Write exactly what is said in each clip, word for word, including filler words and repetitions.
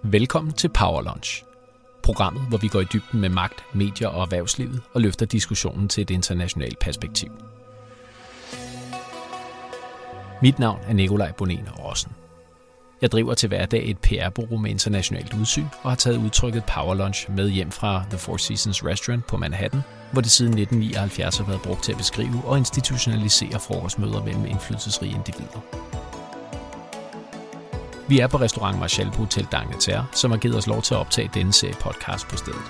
Velkommen til Power Lunch, programmet, hvor vi går i dybden med magt, medier og erhvervslivet og løfter diskussionen til et internationalt perspektiv. Mit navn er Nikolaj Bonen Rossen. Jeg driver til hverdag et P R-bureau med internationalt udsyn og har taget udtrykket Power Lunch med hjem fra The Four Seasons Restaurant på Manhattan, hvor det siden nitten nioghalvfjerds har været brugt til at beskrive og institutionalisere frokostmøder mellem indflydelsesrige individer. Vi er på restaurant Marshall på Hotel d'Angleterre, som har givet os lov til at optage denne serie podcast på stedet.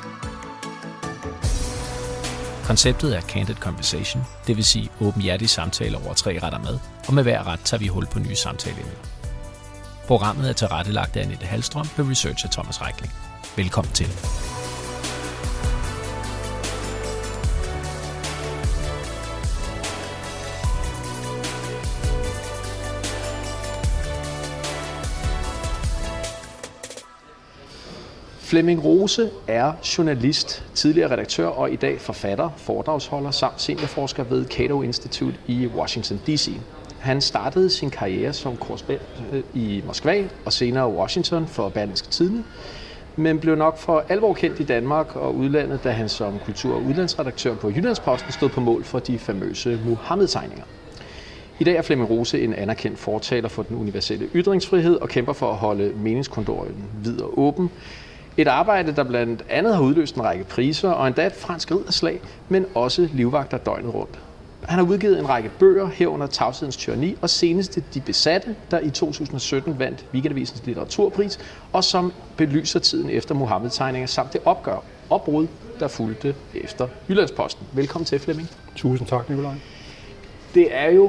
Konceptet er Candid Conversation, det vil sige åbenhjertige samtaler over tre retter mad, og med hver ret tager vi hul på nye samtaleemner. Programmet er tilrettelagt af Annette Hallstrøm med research af Thomas Reikling. Velkommen til. Flemming Rose er journalist, tidligere redaktør og i dag forfatter, foredragsholder samt seniorforsker ved Cato Institute i Washington D C. Han startede sin karriere som korrespondent i Moskva og senere Washington for Berlingske Tidende, men blev nok for alvor kendt i Danmark og udlandet, da han som kultur- og udlandsredaktør på Jyllandsposten stod på mål for de famøse Muhammed-tegninger. I dag er Flemming Rose en anerkendt fortaler for den universelle ytringsfrihed og kæmper for at holde meningskorridoren vid og åben. Et arbejde, der blandt andet har udløst en række priser og endda et fransk ridderslag, men også livvagter døgnet rundt. Han har udgivet en række bøger, herunder Tavshedens tyranni, og senest De Besatte, der i to tusind og sytten vandt Weekendavisens litteraturpris, og som belyser tiden efter Muhammed-tegninger samt det opgør og brud, der fulgte efter Jyllandsposten. Velkommen til, Flemming. Tusind tak, Nikolaj. Det er jo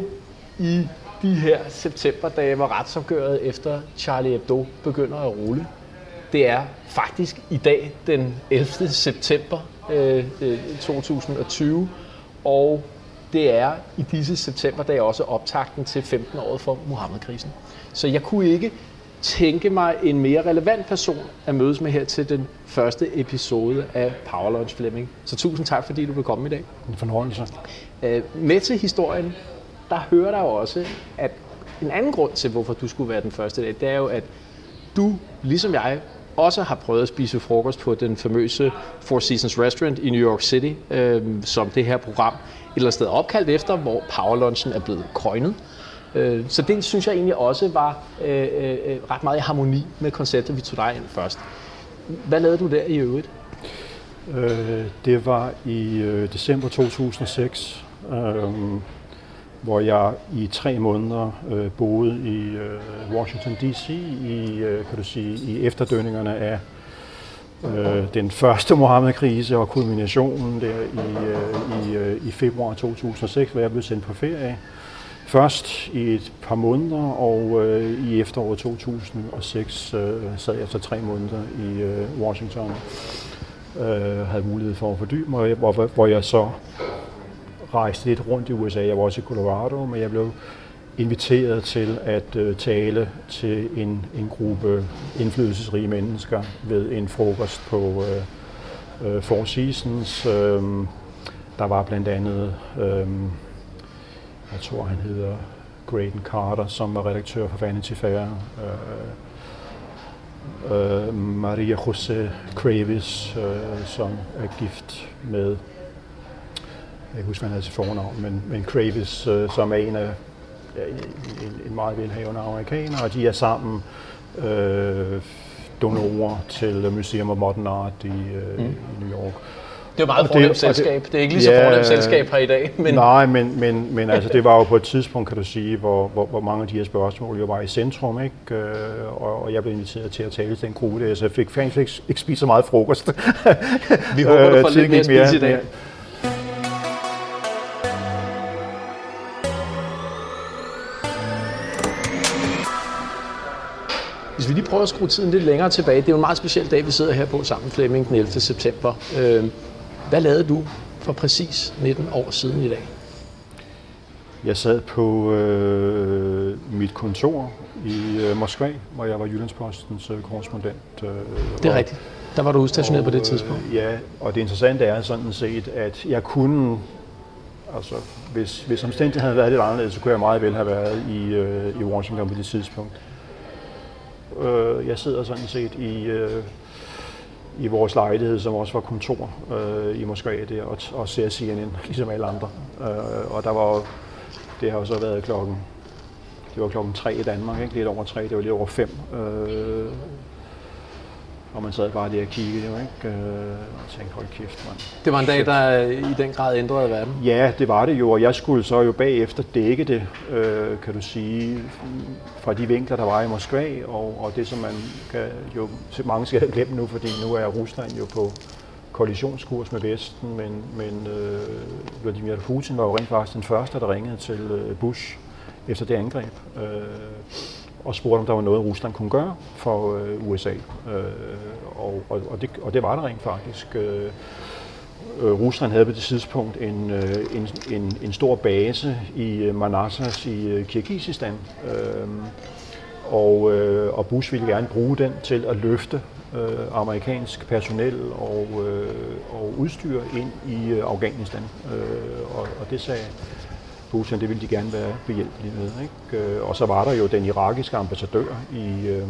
i de her septemberdage, hvor retsopgøret efter Charlie Hebdo begynder at rulle. Det er faktisk i dag den ellevte september øh, to tusind og tyve, og det er i disse septemberdage også optakten til femten-året for Muhammed-krisen. Så jeg kunne ikke tænke mig en mere relevant person at mødes med her til den første episode af Power Lunch, Flemming. Så tusind tak, fordi du vil komme i dag. En fornøjelse. Øh, med til historien, der hører der jo også, at en anden grund til, hvorfor du skulle være den første dag, det er jo, at du, ligesom jeg, også har prøvet at spise frokost på den famøse Four Seasons Restaurant i New York City, øh, som det her program et eller andet sted opkaldt efter, hvor Power Lunchen er blevet coinet. Øh, så det synes jeg egentlig også var øh, øh, ret meget i harmoni med konceptet, vi tog dig ind først. Hvad lavede du der i øvrigt? Øh, det var i øh, december to tusind og seks, øh, hvor jeg i tre måneder øh, boede i øh, Washington D C i, øh, kan du sige, i efterdønningerne af øh, den første Muhammed-krise og kulminationen der i, øh, i, øh, i februar to tusind og seks, hvor jeg blev sendt på ferie. Først i et par måneder, og øh, i efteråret to tusind og seks øh, sad jeg så tre måneder i øh, Washington. Øh, havde mulighed for at fordybe mig, hvor, hvor jeg så rejste lidt rundt i U S A. Jeg var også i Colorado, men jeg blev inviteret til at øh, tale til en, en gruppe indflydelsesrige mennesker ved en frokost på øh, øh, Four Seasons. Øh, der var blandt andet, øh, jeg tror han hedder Graydon Carter, som var redaktør for Vanity Fair. Øh, øh, Maria José Kravis, øh, som er gift med, jeg kan huske, hvad han havde til fornavn, men, men Kravis, øh, som er en af ja, en, en meget velhavende amerikaner, og de er sammen øh, donorer til Museum of Modern Art i, øh, mm. i New York. Det er jo meget fornemt selskab. Det, det er ikke lige så ja, fornemt selskab her i dag. Men... Nej, men, men, men altså, det var jo på et tidspunkt, kan du sige, hvor, hvor, hvor mange af de her spørgsmål jo var i centrum, ikke? Og, og jeg blev inviteret til at tale til den gruppe der, så jeg fik faktisk ikke, ikke spist så meget frokost. Vi håber, du får lidt mere spise i dag. Hvis vi lige prøver at skrue tiden lidt længere tilbage, det er jo en meget speciel dag, vi sidder her på sammen, Flemming, den ellevte september. Hvad lavede du for præcis nitten år siden i dag? Jeg sad på øh, mit kontor i øh, Moskva, hvor jeg var Jyllandspostens øh, korrespondent. Øh, det er og, rigtigt. Der var du udstationeret på det tidspunkt. Øh, ja, og det interessante er sådan set, at jeg kunne, altså hvis, hvis omstændigheden havde været lidt anderledes, så kunne jeg meget vel have været i, øh, i Washington på det tidspunkt. Øh, jeg sidder sådan set i, øh, i vores lejlighed, som også var kontor øh, i Moskva der, og, og ser C N N, ligesom alle andre. Øh, og der var det har jo så været klokken, det var klokken tre i Danmark, ikke? Lidt over tre, det var lidt over fem. Øh, og man sad bare der og kiggede, jo, ikke? Og tænkte, hold kæft, mand. Det var en dag, der i den grad ændrede verden? Ja, det var det jo, og jeg skulle så jo bagefter dække det, øh, kan du sige, fra de vinkler, der var i Moskva, og, og det, som man kan jo, mange skal have glemt nu, fordi nu er Rusland jo på kollisionskurs med Vesten, men, men øh, Vladimir Putin var jo rent faktisk den første, der ringede til øh, Bush efter det angreb. Øh, og spurgte, om der var noget, Rusland kunne gøre for øh, U S A. Øh, og, og, og, det, og det var der rent faktisk. Øh, øh, Rusland havde på det tidspunkt en, øh, en, en, en stor base i Manassas i øh, Kirgisistan. Øh, og, øh, og Bush ville gerne bruge den til at løfte øh, amerikansk personel og, øh, og udstyr ind i øh, Afghanistan. Øh, og, og det sagde Putin, det ville de gerne være behjælpelige med, ikke? Og så var der jo den irakiske ambassadør i, øh,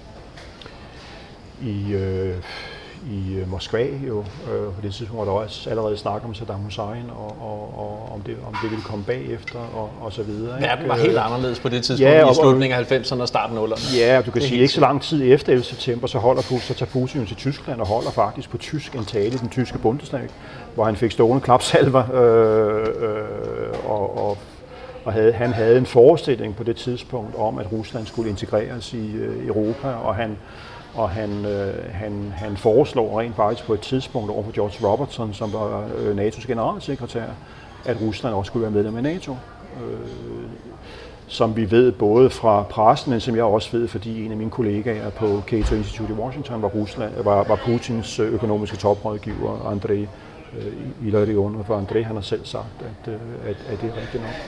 i, øh, i Moskva jo. Øh, på det tidspunkt var der også allerede snakket om Saddam Hussein, og, og, og om, det, om det ville komme bagefter, og, og så videre. Verden var helt anderledes på det tidspunkt, ja, og, i slutningen af halvfemserne og starten af nullerne. Ja, du kan sige, ikke så lang tid efter ellevte september, så holder Putin, så tager Putin til Tyskland og holder faktisk på tysk en tale i den tyske Bundestag, hvor han fik stående klapsalver, øh, øh, og, og, og havde, han havde en forestilling på det tidspunkt om, at Rusland skulle integreres i øh, Europa, og han Og han, øh, han, han foreslår rent faktisk på et tidspunkt over for George Robertson, som var øh, N A T O's generalsekretær, at Rusland også skulle være medlem af NATO. Øh, som vi ved både fra pressen, men som jeg også ved, fordi en af mine kollegaer på Cato Institute i Washington var, Rusland, var, var Putins økonomiske toprådgiver, Andrei øh, Ilarion. For Andrei, han har selv sagt, at, at, at det er rigtigt nok.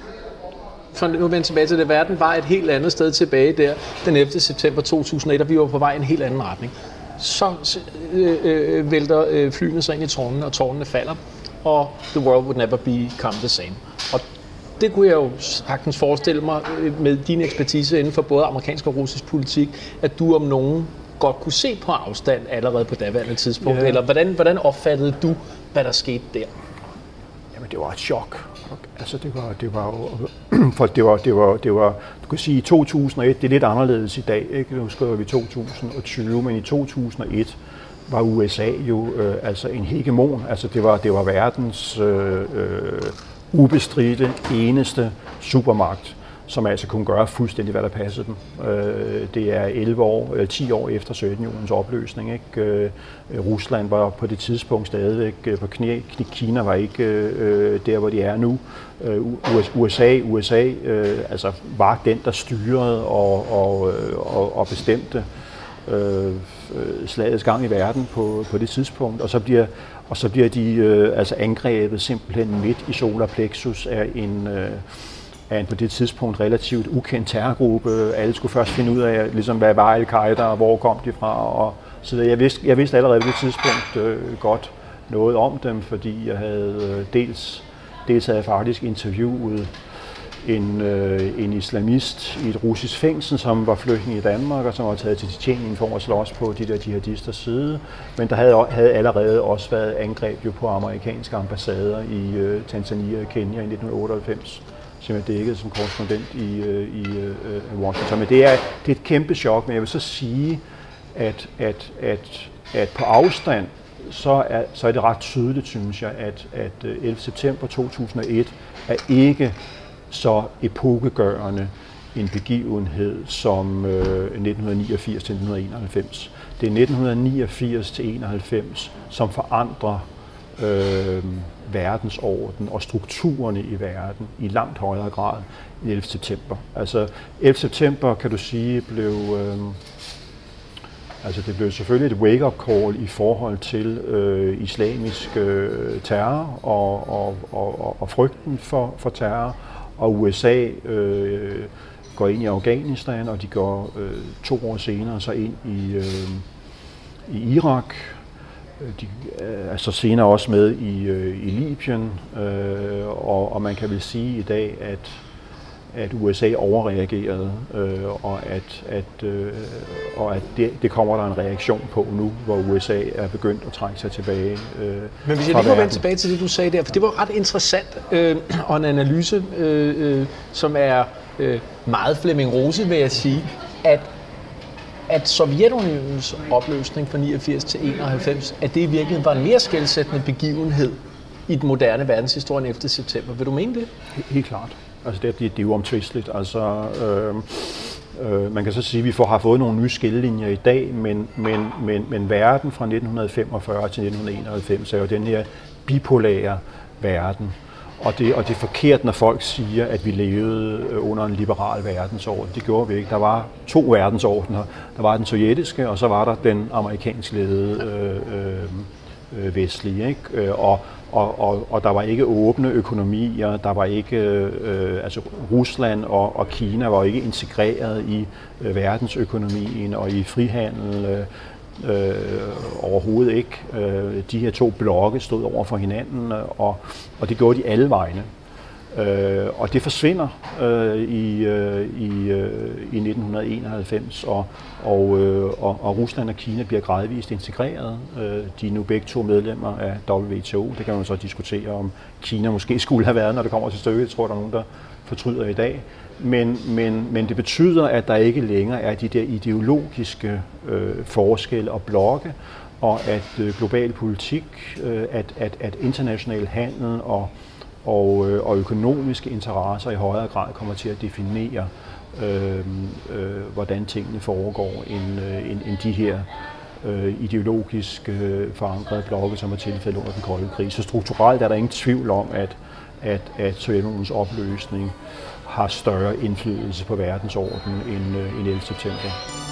For nu vender tilbage til det, verden var et helt andet sted tilbage der den ellevte september to tusind og et, og vi var på vej i en helt anden retning. Så øh, øh, vælter øh, flyene sig ind i tårnene, og tårnene falder, og the world would never become the same. Og det kunne jeg jo sagtens forestille mig med din ekspertise inden for både amerikansk og russisk politik, at du om nogen godt kunne se på afstand allerede på daværende tidspunkt, ja. Eller hvordan, hvordan opfattede du, hvad der skete der? Jamen, det var et chok. Altså det var det var jo for det var det var det var du kan sige i to tusind og et, det er lidt anderledes i dag, ikke? Nu skriver vi to tusind og tyve, men i to tusind og et var U S A jo øh, altså en hegemon. Altså det var det var verdens øh, øh, ubestridte eneste supermagt, som altså kunne gøre fuldstændig, hvad der passede dem. Øh, det er elleve år, eller ti år efter Sovjetunionens opløsning, ikke? Øh, Rusland var på det tidspunkt stadigvæk på knæ. Kina var ikke øh, der, hvor de er nu. Øh, U S A, U S A øh, altså var den, der styrede og, og, og, og bestemte øh, slagets gang i verden på, på det tidspunkt. Og så bliver, og så bliver de øh, altså angrebet simpelthen midt i solar plexus af en øh, af en på det tidspunkt relativt ukendt terrorgruppe. Alle skulle først finde ud af, ligesom, hvad var Al-Qaida, og hvor kom de fra. Og så jeg vidste, jeg vidste allerede på det tidspunkt øh, godt noget om dem, fordi jeg havde øh, dels, dels havde jeg faktisk interviewet en, øh, en islamist i et russisk fængsel, som var flygtning i Danmark, og som var taget til Tjetjenien for at slås på de der jihadisters side. Men der havde, havde allerede også været angreb jo på amerikanske ambassader i øh, Tanzania og Kenya i nitten otteoghalvfems. Som jeg dækkede som korrespondent i, i uh, Washington. Men det er, det er et kæmpe chok, men jeg vil så sige, at, at, at, at på afstand, så er, så er det ret tydeligt, synes jeg, at, at ellevte september to tusind og et er ikke så epokegørende en begivenhed som uh, nitten niogfirs til nitten enoghalvfems. Det er nitten niogfirs til enoghalvfems, som forandrer øh, verdensorden og strukturerne i verden i langt højere grad end ellevte september. Altså ellevte september, kan du sige, blev øh, altså det blev selvfølgelig et wake-up call i forhold til øh, islamisk øh, terror og, og, og, og frygten for, for terror, og U S A øh, går ind i Afghanistan, og de går øh, to år senere så ind i, øh, i Irak. De er så senere også med i, øh, i Libyen, øh, og, og man kan vel sige i dag, at, at U S A overreagerede, øh, og at, at, øh, og at det, det kommer der en reaktion på nu, hvor U S A er begyndt at trække sig tilbage. Øh, Men hvis jeg lige må vende tilbage til det, du sagde der, for det var ret interessant, øh, og en analyse, øh, øh, som er øh, meget Flemming Rose, vil jeg sige, at at Sovjetunionens opløsning fra niogfirs til enoghalvfems, at det i virkeligheden var en mere skelsættende begivenhed i den moderne verdenshistorie efter september. Vil du mene det? Helt klart. Altså det, det, det er jo omtvisteligt. Altså, øh, øh, man kan så sige, at vi får, har fået nogle nye skillelinjer i dag, men, men, men, men verden fra nitten femogfyrre til nitten enoghalvfems er jo den her bipolære verden. Og det, og det er forkert, når folk siger, at vi levede under en liberal verdensorden. Det gjorde vi ikke. Der var to verdensordener. Der var den sovjetiske, og så var der den amerikansk ledede øh, øh, vestlige. Ikke? Og, og, og, og der var ikke åbne økonomier. Der var ikke, øh, altså Rusland og, og Kina var ikke integreret i øh, verdensøkonomien og i frihandel. Øh, Øh, overhovedet ikke. Øh, de her to blokke stod over for hinanden, og, og det gjorde de alle vegne. Øh, og det forsvinder øh, i, øh, i, øh, i nitten enoghalvfems, og, og, øh, og, og Rusland og Kina bliver gradvist integreret. Øh, de er nu begge to medlemmer af W T O. Det kan man så diskutere, om Kina måske skulle have været, når det kommer til stykket. Jeg tror, der er nogen, der fortryder i dag. Men, men, men det betyder, at der ikke længere er de der ideologiske øh, forskelle og blokke, og at øh, global politik, øh, at, at, at international handel og, og, øh, og økonomiske interesser i højere grad kommer til at definere, øh, øh, hvordan tingene foregår, end, øh, end, end de her øh, ideologisk øh, forankrede blokke, som er tilfældet under den kolde krig. Så strukturelt er der ingen tvivl om, at, at, at Sovjetunionens opløsning har større indflydelse på verdensordenen end, øh, end ellevte september.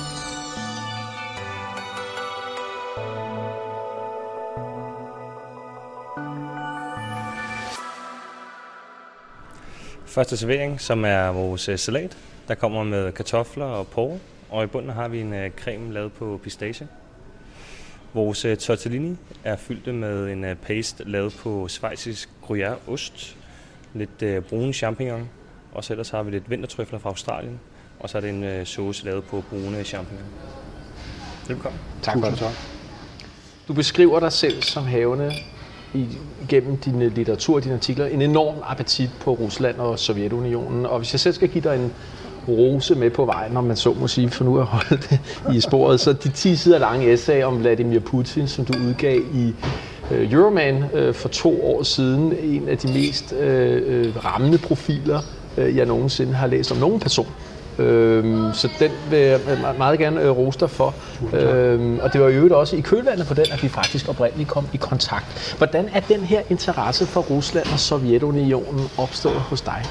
Første servering, som er vores salat, der kommer med kartofler og porre, og i bunden har vi en uh, creme lavet på pistache. Vores uh, tortellini er fyldt med en uh, paste lavet på schweizisk gruyère-ost, lidt uh, brune champignon, og så ellers har vi lidt vintertrøfler fra Australien, og så er det en uh, sauce lavet på brune champignon. Velkommen. Tak for det. Du beskriver dig selv som havende igennem din litteratur og dine artikler en enorm appetit på Rusland og Sovjetunionen. Og hvis jeg selv skal give dig en rose med på vejen, om man så må sige, for nu at holde det i sporet, så de ti sider lange essay om Vladimir Putin, som du udgav i Euroman for to år siden, en af de mest øh, rammende profiler, jeg nogensinde har læst om nogen person. Øhm, så den vil jeg meget gerne øh, rose dig for. Øhm, og det var jo også i kølvandet på den, at vi faktisk oprindeligt kom i kontakt. Hvordan er den her interesse for Rusland og Sovjetunionen opstået hos dig?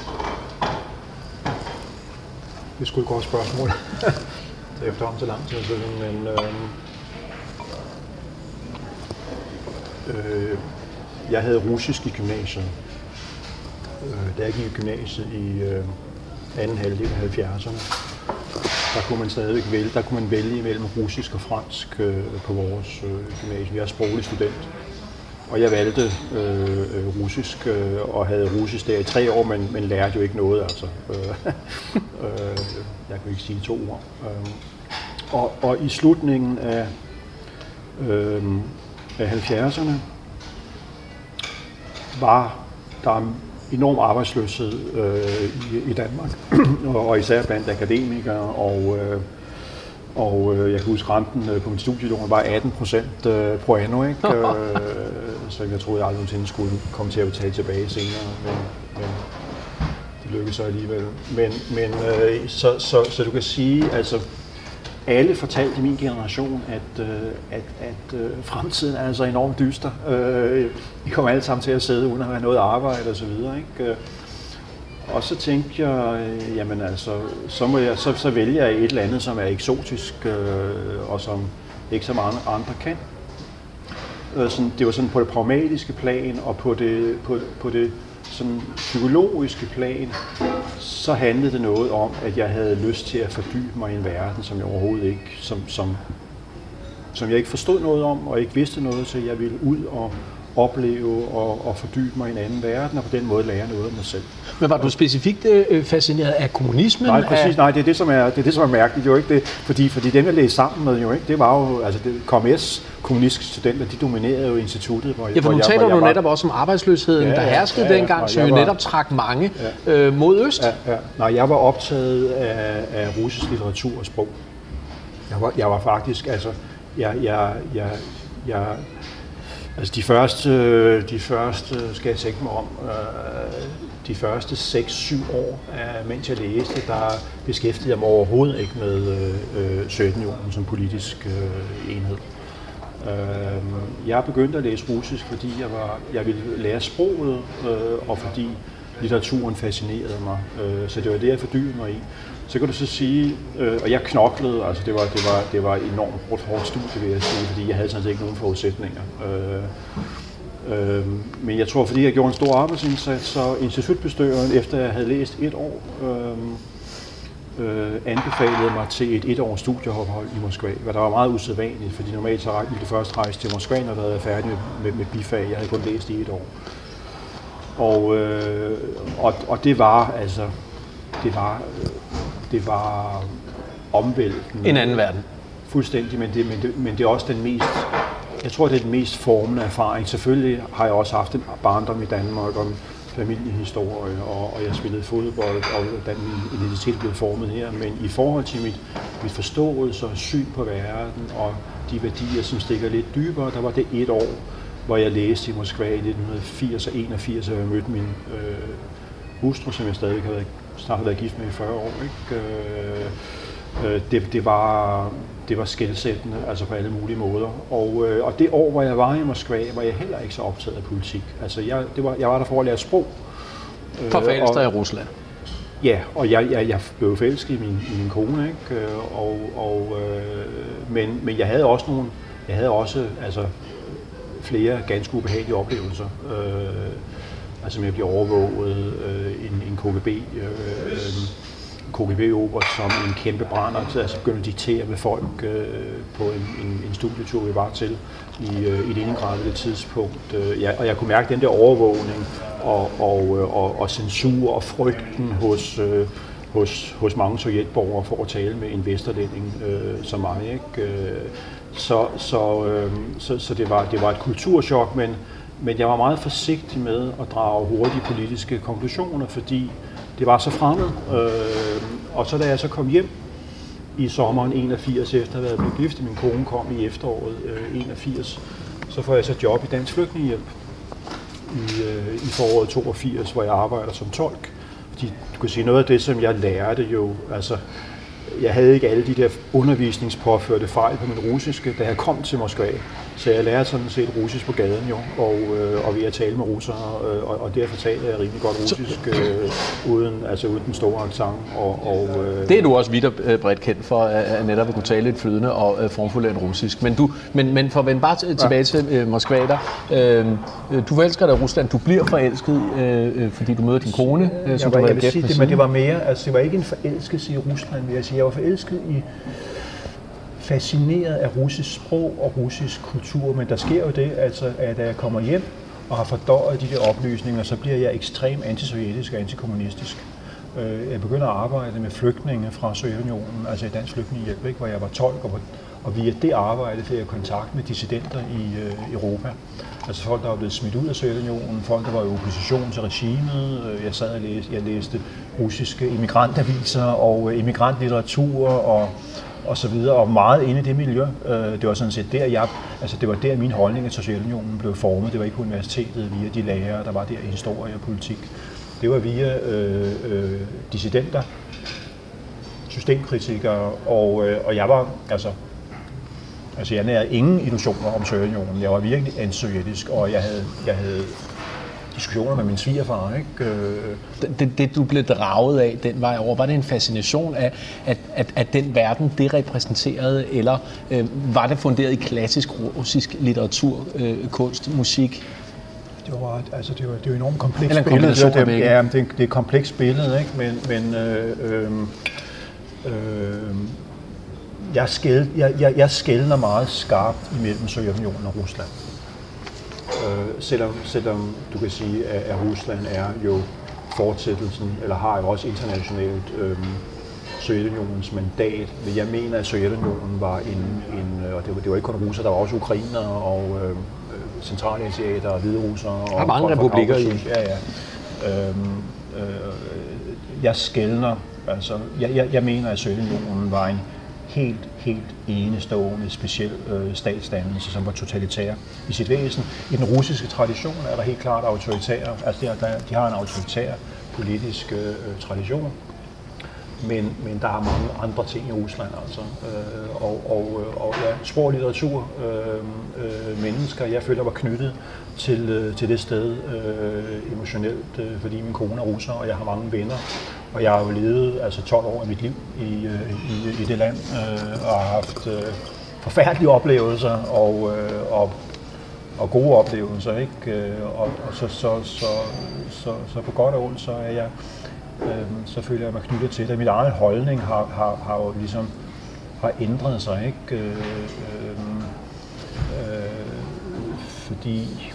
Det skulle et godt spørgsmål. Det er efterhånden så lang tid siden, men øh, øh, jeg havde russisk i gymnasiet. Øh, da jeg gik i gymnasiet i øh, anden halvdel af halvfjerdserne, der kunne man stadigvæk vælge, der kunne man vælge imellem russisk og fransk øh, på vores øh, gymnasium. Jeg er sproglig student, og jeg valgte øh, øh, russisk øh, og havde russisk der i tre år, men, men lærte jo ikke noget. Altså. Øh, øh, jeg kunne ikke sige to ord. Øh, og, og i slutningen af, øh, af halvfjerdserne var der enorm arbejdsløshed øh, i, i Danmark, og især blandt akademikere, og, øh, og øh, jeg kan huske, renten øh, på min studielån var atten procent øh, pro anno, ikke? øh, så jeg troede, jeg aldrig nogensinde skulle komme til at betale tilbage senere, men, men det lykkedes så alligevel. Men, men øh, så, så, så du kan sige, altså alle fortalte i min generation, at, øh, at, at øh, fremtiden er altså enormt dyster. Øh, I kommer alle sammen til at sidde uden at have noget arbejde og så videre, ikke? Og så tænkte jeg, øh, jamen altså, så, må jeg, så, så vælger jeg et eller andet, som er eksotisk, øh, og som ikke så mange andre kan. Øh, sådan, det var sådan på det pragmatiske plan, og på det, på, på det sådan psykologiske plan, så handlede det noget om, at jeg havde lyst til at fordybe mig i en verden, som jeg overhovedet ikke, som, som, som jeg ikke forstod noget om, og ikke vidste noget, så jeg ville ud og, opleve og, og fordybe mig i en anden verden, og på den måde lære noget om mig selv. Men var du specifikt øh, fascineret af kommunismen? Nej, præcis. Af... Nej, det er det, som er, det er det, som er mærkeligt. Jo ikke det, fordi, fordi dem, jeg læste sammen med, jo ikke, det var jo, altså det, K M S, kommunistiske studenter, de dominerede jo instituttet, hvor, ja, for hvor nu jeg, taler hvor du var... netop også om arbejdsløsheden, ja, der herskede ja, ja, dengang, som jo var... netop trak mange ja. øh, mod øst. Ja, ja. Nej, jeg var optaget af, af russisk litteratur og sprog. Jeg var, jeg var faktisk, altså, jeg, jeg, jeg, jeg altså de første, de første, skal jeg tænke mig om, øh, de første seks syv år, øh, mens jeg læste, der beskæftigede jeg mig overhovedet ikke med øh, Sovjetunionen som politisk øh, enhed. Øh, jeg begyndte at læse russisk, fordi jeg, var, jeg ville lære sproget, øh, og fordi litteraturen fascinerede mig. Øh, så det var det, jeg fordybede mig i. Så kan du så sige, øh, og jeg knoklede, altså det var, det var, det var enormt hårdt, hårdt studie, vil jeg sige, fordi jeg havde sådan set ikke nogen forudsætninger. Øh, øh, men jeg tror, fordi jeg gjorde en stor arbejdsindsats, så institutbestyreren, efter jeg havde læst et år, øh, øh, anbefalede mig til et et års studieophold i Moskva, hvad der var meget usædvanligt, fordi normalt så ville det først rejse til Moskva, når jeg var færdig med, med, med bifag. Jeg havde kun læst i et år. Og, øh, og, og det var altså, det var, det var omvæltende. En anden verden. Fuldstændig, men det, men, det, men det er også den mest, jeg tror, det er den mest formende erfaring. Selvfølgelig har jeg også haft en barndom i Danmark om familiehistorie, og, og jeg spillede fodbold, og da min identitet blev formet her, men i forhold til mit, mit forståelse og syn på verden, og de værdier, som stikker lidt dybere, der var det et år, hvor jeg læste i Moskva i nitten firs og enogfirs, og jeg mødte min øh, hustru, som jeg stadig har været, snart har været gift med i fyrre år. Ikke? Øh, øh, det, det var, det var skelsættende, altså på alle mulige måder. Og, øh, og det år, hvor jeg var i Moskva, var jeg heller ikke så optaget af politik. Altså, jeg, det var, jeg var der for at lære sprog. For forelsket i Rusland. Ja, og jeg, jeg, jeg blev forelsket i min, i min kone, ikke? Og, og, øh, men, men jeg havde også nogle, jeg havde også, altså, flere ganske ubehagelige oplevelser. Øh, altså med at blive overvåget, øh, en, en K G B, øh, K G B-obert som en kæmpe brænder, altså begyndte at diktere med folk øh, på en, en, en studietur, vi var til i, øh, i Leningrad ved det tidspunkt. Øh, ja, og jeg kunne mærke den der overvågning og, og, og, og censur og frygten hos, øh, hos, hos mange sovjetborgere for at tale med en vesterlænding øh, som mig. Ikke? Øh, Så, så, øh, så, så det, var, det var et kulturschok, men, men jeg var meget forsigtig med at drage hurtige politiske konklusioner, fordi det var så fremmed. Øh, og så da jeg så kom hjem i sommeren enogfirs, efter at have været blevet gift, min kone kom i efteråret øh, enogfirs, så får jeg så job i Dansk Flygtningehjælp i, øh, i foråret toogfirs, hvor jeg arbejder som tolk. Fordi du kan sige, noget af det, som jeg lærte jo, altså jeg havde ikke alle de der undervisningspåførte fejl på min russiske, da jeg kom til Moskva. Så jeg lærte sådan set russisk på gaden jo, og, øh, og ved at tale med russere, øh, og, og derfor talte jeg rimelig godt russisk, øh, uden, altså uden den store accent. Og, og, øh, det er du også vidt og bredt kendt for, at netop at kunne tale lidt flydende og øh, formfuldt russisk. Men, du, men, men for at vende bare t- tilbage ja. til øh, Moskva, der, øh, du forelsker dig i Rusland, du bliver forelsket, øh, fordi du møder din kone, øh, som var, du har jeg vil gift sige med det, men det var mere, altså det var ikke en forelskelse i Rusland, vil jeg sige. Jeg var forelsket i, fascineret af russisk sprog og russisk kultur, men der sker jo det, altså, at da jeg kommer hjem og har fordøjet de der oplysninger, så bliver jeg ekstremt antisovjetisk og antikommunistisk. Jeg begynder at arbejde med flygtninge fra Sovjetunionen, altså i Dansk Flygtningehjælp, ikke, hvor jeg var tolk, og, og via det arbejde fik jeg kontakt med dissidenter i øh, Europa. Altså folk, der var blevet smidt ud af Sovjetunionen, folk, der var i opposition til regimet. Jeg sad og læste, jeg læste russiske immigrantaviser og immigrantlitteratur og og så videre, og meget inde i det miljø. Det var sådan set der, jeg, altså det var der, min holdning til Sovjetunionen blev formet. Det var ikke på universitetet via de lærere, der var der i historie og politik. Det var via øh, øh, dissidenter, systemkritikere, og, øh, og jeg var, altså, altså jeg nærede ingen illusioner om Sovjetunionen. Jeg var virkelig antisovjetisk, og jeg havde, jeg havde diskussioner med min svigerfar, ikke? Det, det, det du blev draget af den vej over, var det en fascination af, at, at, at den verden, det repræsenterede, eller øh, var det funderet i klassisk russisk litteratur, øh, kunst, musik? Det var, altså det var, det var enormt komplekst eller en billede. Det, det, ja, det, det er et komplekst billede, ikke? Men, men øh, øh, øh, jeg, skæld, jeg, jeg, jeg skældner meget skarpt imellem Sovjetunionen og Rusland. Øh, selvom, selvom du kan sige, at, at Rusland er jo fortsættelsen, eller har jo også internationalt øh, Sovjetunionens mandat. Jeg mener, at Sovjetunionen var en, en og det var, det var ikke kun russer, der var også ukrainere og øh, centralasiater og hviderussere. Der er mange republikker i. Ja, ja. Øhm, øh, jeg skelner, altså, jeg, jeg, jeg mener, at Sovjetunionen var en helt, helt enestående speciel øh, statsdannelse, som var totalitær i sit væsen. I den russiske tradition er der helt klart autoritære, altså der, der, de har en autoritær politisk øh, tradition, men, men der er mange andre ting i Rusland, altså. Øh, og, og, og ja, sprog, litteratur, øh, øh, mennesker, jeg føler var knyttet til, øh, til det sted øh, emotionelt, øh, fordi min kone er russer, og jeg har mange venner. Og jeg har jo levet altså tolv år af mit liv i, i, i det land, øh, og har haft øh, forfærdelige oplevelser og, øh, og, og gode oplevelser, ikke? Og, og så, så, så, så, så på godt og ondt, så er jeg, øh, så føler jeg mig knyttet til det. Min egen holdning har, har, har jo ligesom har ændret sig, ikke? Øh, øh, fordi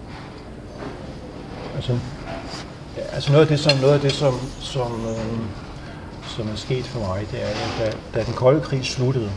altså Altså noget af det, som, noget af det, som, som, øh, som er sket for mig, det er, at da, da den kolde krig sluttede,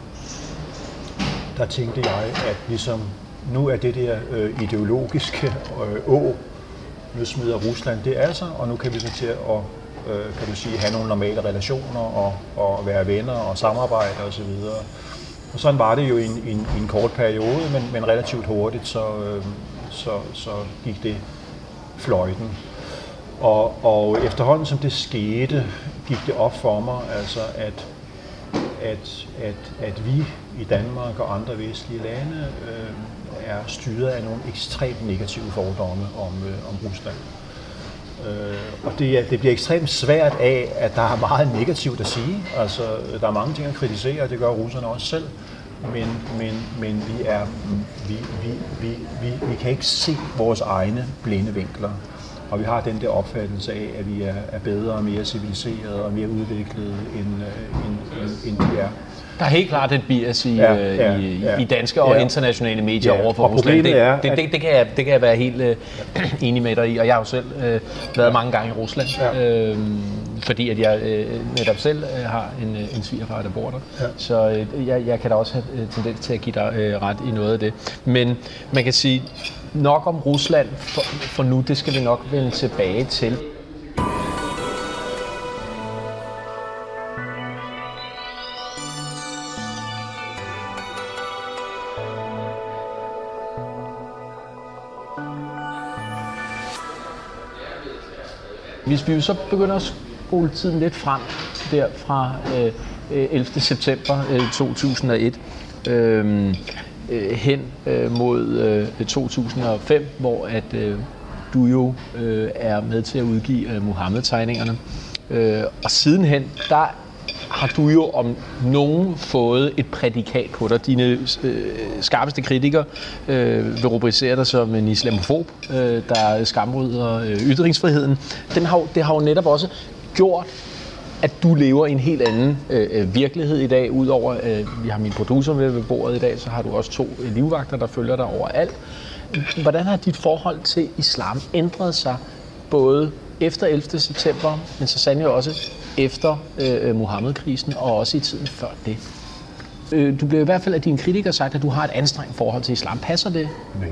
der tænkte jeg, at ligesom, nu er det der øh, ideologiske øh, å, nu smider Rusland det af sig, og nu kan vi så til at øh, kan du sige, have nogle normale relationer og, og være venner og samarbejde osv. Og, og sådan var det jo i en, en, en kort periode, men, men relativt hurtigt, så, øh, så, så gik det fløjten. Og, og efterhånden som det skete, gik det op for mig, altså at, at, at, at vi i Danmark og andre vestlige lande øh, er styret af nogle ekstremt negative fordomme om, øh, om Rusland. Øh, og det, er, det bliver ekstremt svært af, at der er meget negativt at sige. Altså, der er mange ting at kritisere, og det gør russerne også selv. Men, men, men vi, er, vi, vi, vi, vi, vi kan ikke se vores egne blinde vinkler. Og vi har den der opfattelse af, at vi er, er bedre og mere civiliserede og mere udviklede, end, end, end, end de er. Der er helt klart et bias i, ja, ja, i, ja, i danske og ja, internationale medier ja, over for Rusland. Det, er, det, det, det, kan jeg, det kan jeg være helt øh, enig med dig i, og jeg har jo selv øh, været ja. mange gange i Rusland, ja. øh, fordi at jeg øh, netop selv øh, har en, en svigerfar, der bor der. Ja. Så øh, jeg, jeg kan da også have øh, tendens til at give dig øh, ret i noget af det. Men man kan sige, nok om Rusland for, for nu, det skal vi nok vende tilbage til. Hvis vi så begynder at spole tiden lidt frem, der fra øh, ellevte september to tusind og et, øh, øh, hen øh, mod øh, to tusind og fem, hvor at øh, du jo øh, er med til at udgive øh, Muhammed-tegningerne. Øh, og sidenhen, der har du jo om nogen fået et prædikat på dig. Dine øh, skarpeste kritikere øh, vil rubricere dig som en islamofob, øh, der skamryder øh, ytringsfriheden. Den har, det har jo netop også gjort, at du lever i en helt anden øh, virkelighed i dag. Udover, øh, vi har min producer med ved bordet i dag, så har du også to livvagter, der følger dig overalt. Hvordan har dit forhold til islam ændret sig, både efter ellevte september, men så sandelig også efter øh, Muhammed-krisen, og også i tiden før det? Øh, du blev i hvert fald af dine kritikere sagt, at du har et anstrengt forhold til islam. Passer det? Nej.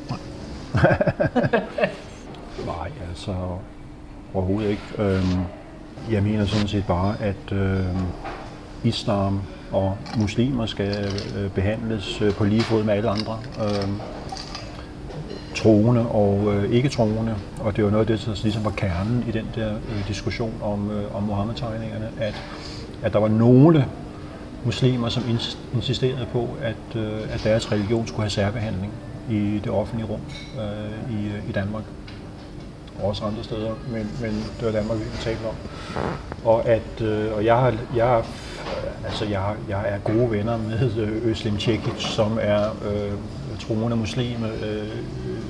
Nej, altså overhovedet ikke. Øhm, jeg mener sådan set bare, at øh, islam og muslimer skal øh, behandles øh, på lige fod med alle andre. Øh, troende og øh, ikke-troende, og det var noget af det, der ligesom var kernen i den der øh, diskussion om, øh, om Muhammed-tegningerne, at, at der var nogle muslimer, som insisterede på, at, øh, at deres religion skulle have særbehandling i det offentlige rum øh, i, i Danmark. Også andre steder, men, men det var Danmark, vi talte om. Og, at, øh, og jeg, har, jeg, har, altså jeg, har, jeg er gode venner med Øslem Cekic, som er øh, troende muslim. Øh,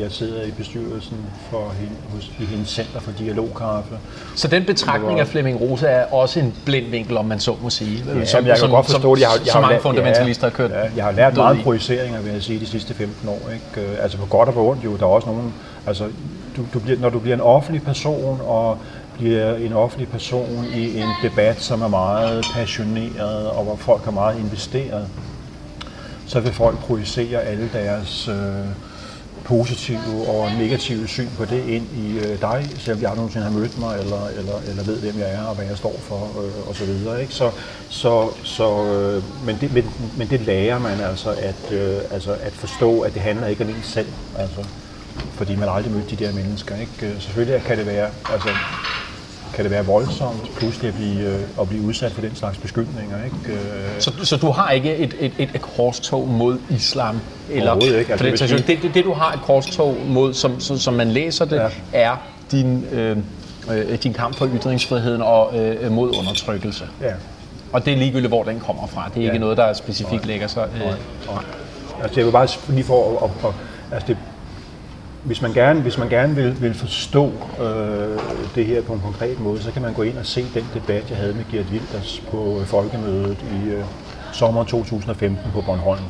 jeg sidder i bestyrelsen for hende, hos, i hendes center for dialogkaffe. Så den betragtning af Flemming Rose er også en blind vinkel, om man så må sige? Ja, som, jeg kan som, godt forstå det. Jeg har, jeg så har mange lært, fundamentalister har kørt. Ja, jeg har lært meget projiceringer, vil jeg sige, de sidste femten år. Ikke? Altså på godt og på ondt jo. Der er også nogen... Altså, du, du bliver, når du bliver en offentlig person, og bliver en offentlig person i en debat, som er meget passioneret, og hvor folk er meget investeret, så vil folk projicere alle deres øh, positive og negative syn på det ind i øh, dig, selvom jeg nogensinde har mødt mig, eller, eller, eller ved, hvem jeg er, og hvad jeg står for, øh, og så videre. Ikke? Så, så, så, øh, men, det, men, men det lærer man altså at, øh, altså at forstå, at det handler ikke om en selv, altså, fordi man aldrig mødt de der mennesker. Ikke? Selvfølgelig kan det være, altså, kan det være voldsomt pludselig at blive, øh, at blive udsat for den slags beskyldninger. Ikke? Så, så du har ikke et, et, et, et korstog mod islam? Eller, Overhovedet ikke. Altså, for det, det, det, det du har et korstog mod, som, som, som man læser det, ja. er din, øh, øh, din kamp for ytringsfriheden og øh, mod undertrykkelse. Ja. Og det er ligegyldigt, hvor den kommer fra. Det er ja. ikke noget, der specifikt lægger sig. Øh. Nej. Nej. Altså, jeg vil bare lige for at... at, at altså det, Hvis man gerne, hvis man gerne vil, vil forstå øh, det her på en konkret måde, så kan man gå ind og se den debat, jeg havde med Geert Wilders på øh, folkemødet i øh, sommeren to tusind og femten på Bornholm.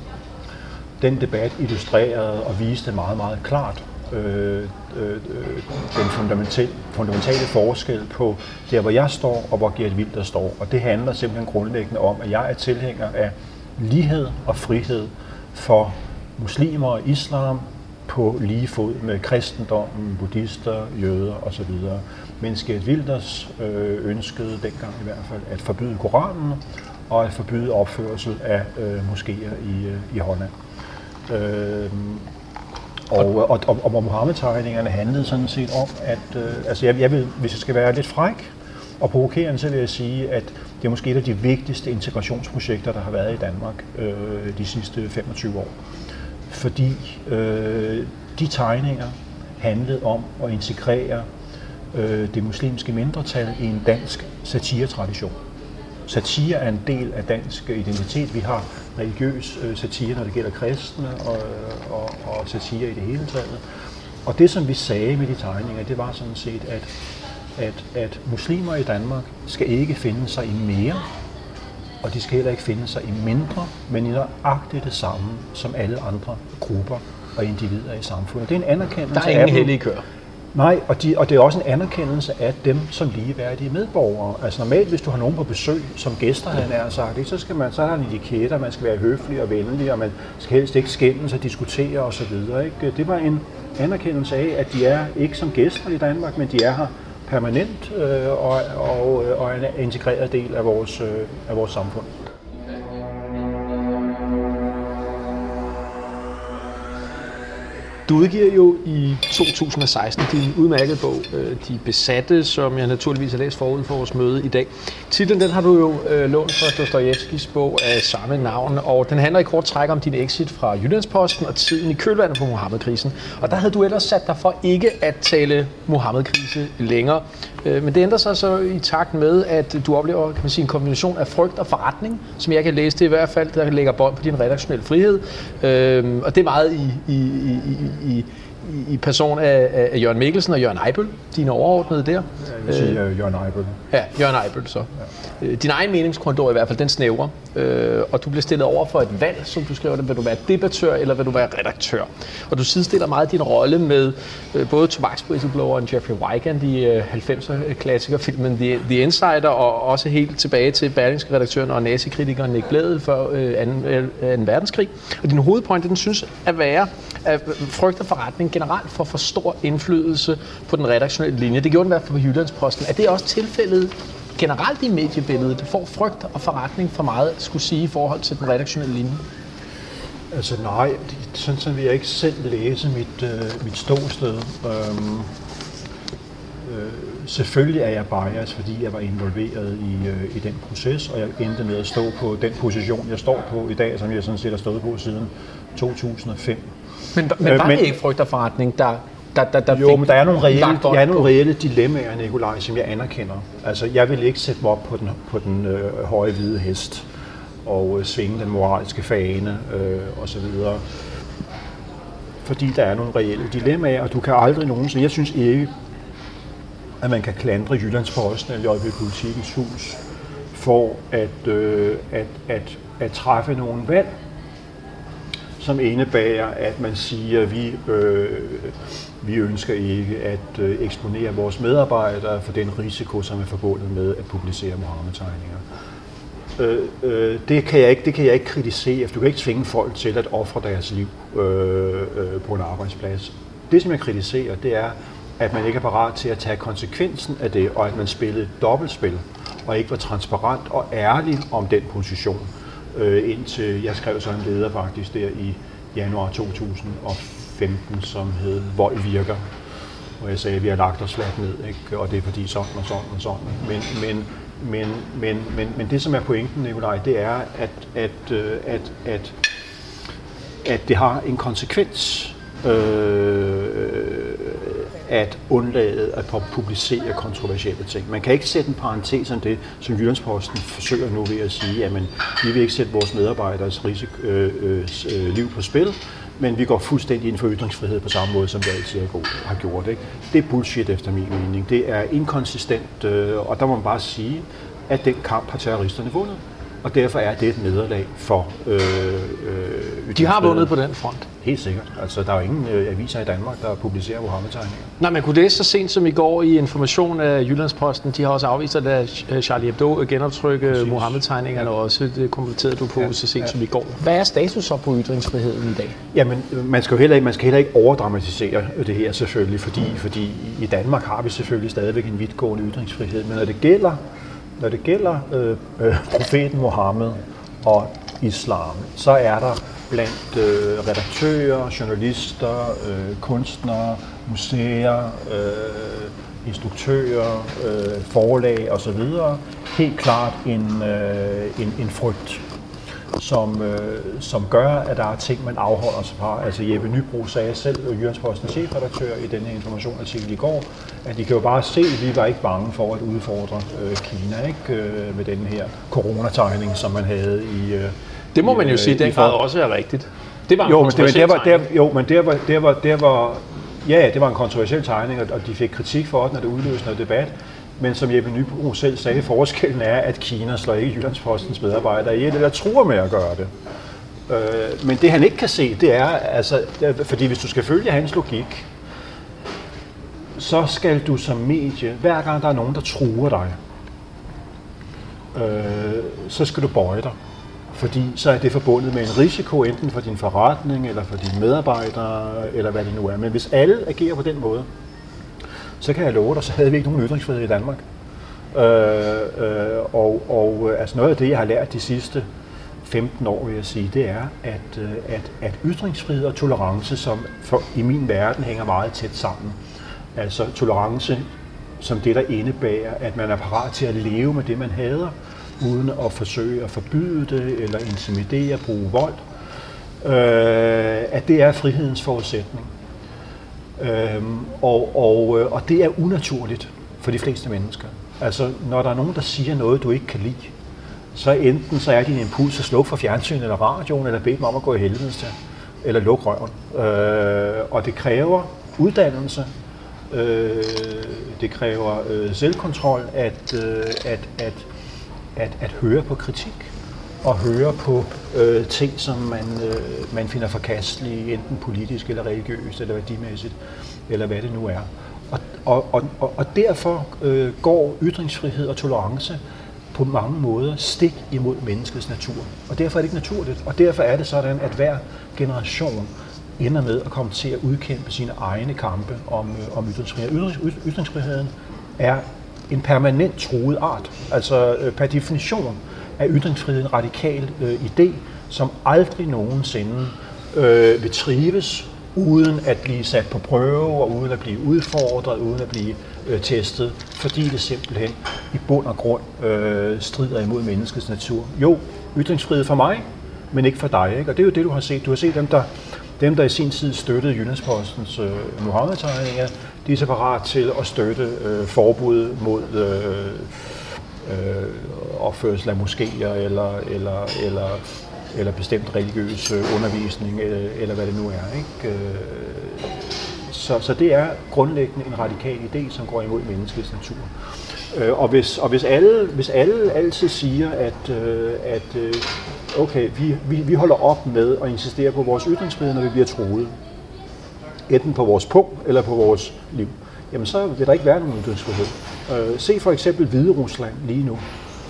Den debat illustrerede og viste meget, meget klart øh, øh, den fundamentale, fundamentale forskel på der, hvor jeg står og hvor Geert Wilders står. Og det handler simpelthen grundlæggende om, at jeg er tilhænger af lighed og frihed for muslimer og islam, på lige fod med kristendommen, buddhister, jøder osv. Mens Geert Wilders øh, ønskede dengang i hvert fald at forbyde Koranen og at forbyde opførsel af øh, moskéer i, øh, i Holland. Øh, og, og, og, og Muhammed-tegningerne handlede sådan set om, at øh, altså jeg, jeg vil, hvis jeg skal være lidt fræk og provokerende, så vil jeg sige, at det er måske et af de vigtigste integrationsprojekter, der har været i Danmark øh, de sidste femogtyve år. Fordi øh, de tegninger handlede om at integrere øh, det muslimske mindretal i en dansk satiretradition. Satire er en del af dansk identitet. Vi har religiøs øh, satire, når det gælder kristne, og, og, og satire i det hele taget. Og det, som vi sagde med de tegninger, det var sådan set, at, at, at muslimer i Danmark skal ikke finde sig i mere, og de skal heller ikke finde sig i mindre, men i nøjagtigt det samme som alle andre grupper og individer i samfundet. Det er en anerkendelse af Der er ingen hellige køer. Nej, og, de, og det er også en anerkendelse af dem som ligeværdige medborgere. Altså normalt, hvis du har nogen på besøg som gæster, han er sagt, så, skal man, så er der en etiketter, man skal være høflig og venlig, og man skal helst ikke skændes og diskutere osv. Det var en anerkendelse af, at de er ikke som gæster i Danmark, men de er her permanent øh, og, og, og en integreret del af vores, øh, af vores samfund. Du udgiver jo i to tusind og seksten din udmærkede bog, De Besatte, som jeg naturligvis har læst forud for vores møde i dag. Titlen den har du jo øh, lånt fra Dostojevskijs bog af samme navn, og den handler i kort træk om din exit fra Jyllandsposten og tiden i kølvandet på Muhammed-krisen. Og der havde du ellers sat dig for ikke at tale Muhammed-krise længere. Øh, men det ændrer sig så i takt med, at du oplever kan man sige, en kombination af frygt og forretning, som jeg kan læse det i hvert fald, der lægger bånd på din redaktionelle frihed. Øh, og det er meget i, i, i, i, i person af, af Jørgen Mikkelsen og Jørgen Eibøl, dine overordnede der. Ja, jeg vil sige øh, Jørgen Eibøl. Ja, Jørgen Eibøl så. Ja. Din egen meningskorridor i hvert fald, den snævrer, øh, og du bliver stillet over for et valg, som du skriver det, vil du være debattør eller vil du være redaktør? Og du sidestiller meget din rolle med øh, både tobakswhistlebloweren Jeffrey Wigand i øh, halvfemser-klassikerfilmen The, The Insider, og også helt tilbage til Berlingske-redaktøren og nazikritikeren Nick Blædel før øh, anden, øh, anden verdenskrig. Og din hovedpoint, den synes at være, at frygt og forretning generelt får for stor indflydelse på den redaktionelle linje. Det gjorde den i hvert fald på Jyllandsposten. Er det også tilfældet generelt i mediebilledet? Får frygt og forretning for meget at skulle sige i forhold til den redaktionelle linje? Altså nej, sådan, sådan vil jeg ikke selv læse mit, øh, mit ståsted. Øhm, øh, selvfølgelig er jeg bias, fordi jeg var involveret i, øh, i den proces, og jeg endte med at stå på den position, jeg står på i dag, som jeg sådan set har stået på siden to tusind og fem. Men, men var det ikke frygt og forretning, der, der, der, der jo, men der er nogle reelle, der er nogle reelle dilemmaer, Nikolaj, som jeg anerkender. Altså, jeg vil ikke sætte mig op på den, på den øh, høje hvide hest og øh, svinge den moralske fane øh, osv. fordi der er nogle reelle dilemmaer, og du kan aldrig nogensinde, jeg synes ikke, at man kan klandre Jyllands-Posten eller J P Politikens Hus for at, øh, at, at, at træffe nogle valg, som indebærer, at man siger, at vi, øh, vi ønsker ikke at øh, eksponere vores medarbejdere for den risiko, som er forbundet med at publicere Muhammed-tegninger. Øh, øh, det, kan jeg ikke, det kan jeg ikke kritisere, for du kan ikke tvinge folk til at ofre deres liv øh, øh, på en arbejdsplads. Det, som jeg kritiserer, det er, at man ikke er parat til at tage konsekvensen af det, og at man spillede et dobbeltspil, og ikke var transparent og ærlig om den position. Øh, indtil jeg skrev så en leder faktisk der i januar to tusind og femten, som hed Vold virker, hvor jeg sagde, at vi har lagt os fladt ned, ikke? Og det er fordi sådan og sådan og sådan. Men, men, men, men, men, men det, som er pointen, Nikolaj, det er, at, at, at, at, at det har en konsekvens øh, at undlade at publicere kontroversielle ting. Man kan ikke sætte en parentes om det, som Jyllands-Posten forsøger nu ved at sige, at vi vil ikke sætte vores medarbejderes risiko, øh, øh, liv på spil, men vi går fuldstændig ind for ytringsfrihed på samme måde, som vi altid har gjort. Ikke? Det er bullshit efter min mening. Det er inkonsistent, øh, og der må man bare sige, at den kamp har terroristerne vundet. Og derfor er det et nederlag for øh, øh, De har vundet på den front. Helt sikkert. Altså, der er jo ingen øh, aviser i Danmark, der publicerer Muhammed-tegninger. Nej, man kunne læse så sent som i går i Information af Jyllands-Posten. De har også afvist, at Charlie Hebdo genoptrykke Muhammed-tegningerne, og også det kommenterede du på ja, så sent ja. som i går. Hvad er status så på ytringsfriheden i dag? Jamen, man skal jo heller ikke, man skal heller ikke overdramatisere det her selvfølgelig, fordi, fordi i Danmark har vi selvfølgelig stadigvæk en vidtgående ytringsfrihed, men når det gælder Når det gælder øh, øh, profeten Muhammed og islam, så er der blandt øh, redaktører, journalister, øh, kunstnere, museer, øh, instruktører, øh, forlag osv. helt klart en, øh, en, en frygt, som, øh, som gør, at der er ting, man afholder sig fra. Altså Jeppe Nybro sagde selv, Jyllands-Postens chefredaktør i denne informationartikel i går, at de kan jo bare se, at vi var ikke bange for at udfordre øh, Kina, ikke, øh, med den her coronategning, som man havde i øh, Det må man jo i, sige, den grad også er rigtigt. Det var en jo, men det, der var, der, jo, men der var, der var, der var, ja, det var en kontroversiel tegning, og de fik kritik for den, og det udløste noget debat. Men som Jeppe Nybro selv sagde, forskellen er, at Kina slår ikke Jyllands-Postens medarbejdere ihjel, eller truer med at gøre det. Øh, men det han ikke kan se, det er, altså, fordi hvis du skal følge hans logik, så skal du som medie, hver gang der er nogen, der truer dig, øh, så skal du bøje dig. Fordi så er det forbundet med en risiko, enten for din forretning, eller for dine medarbejdere, eller hvad det nu er. Men hvis alle agerer på den måde, så kan jeg love dig, så havde vi ikke nogen ytringsfrihed i Danmark. Øh, øh, og og altså noget af det, jeg har lært de sidste femten år, vil jeg sige, det er, at, at, at ytringsfrihed og tolerance, som for, i min verden hænger meget tæt sammen. Altså tolerance som det, der indebærer, at man er parat til at leve med det, man hader, uden at forsøge at forbyde det, eller intimidere, bruge vold. Øh, at det er frihedens forudsætning. Øhm, og, og, og det er unaturligt for de fleste mennesker. Altså, når der er nogen, der siger noget, du ikke kan lide, så enten så er din impuls at slukke for fjernsyn eller radioen, eller bede dem om at gå i helvedes til, eller lukke røven. Øh, og det kræver uddannelse, øh, det kræver øh, selvkontrol, at, øh, at, at, at, at høre på kritik, og høre på øh, ting, som man, øh, man finder forkastelige, enten politisk eller religiøst, eller værdimæssigt, eller hvad det nu er. Og, og, og, og derfor øh, går ytringsfrihed og tolerance på mange måder stik imod menneskets natur. Og derfor er det ikke naturligt. Og derfor er det sådan, at hver generation ender med at komme til at udkæmpe sine egne kampe om, øh, om ytringsfrihed. Ytringsfriheden er en permanent truet art. Altså øh, per definition er ytringsfrihed en radikal øh, idé, som aldrig nogensinde øh, vil trives, uden at blive sat på prøve, og uden at blive udfordret, uden at blive øh, testet, fordi det simpelthen i bund og grund øh, strider imod menneskets natur. Jo, ytringsfrihed for mig, men ikke for dig. Ikke? Og det er jo det, du har set. Du har set dem, der, dem, der i sin tid støttede Jyllands-Postens øh, Muhammed-tegninger, de er så parat til at støtte øh, forbud mod øh, øh, opførsel af moskéer, eller, eller, eller eller bestemt religiøs undervisning, eller, eller hvad det nu er. Ikke? Så, så det er grundlæggende en radikal idé, som går imod menneskets natur. Og hvis, og hvis, alle, hvis alle altid siger, at, at okay, vi, vi, vi holder op med at insistere på vores ytringsfrihed, når vi bliver truet, enten på vores punkt eller på vores liv, jamen så vil der ikke være nogen ytringsfrihed. Se for eksempel Hvide Rusland lige nu,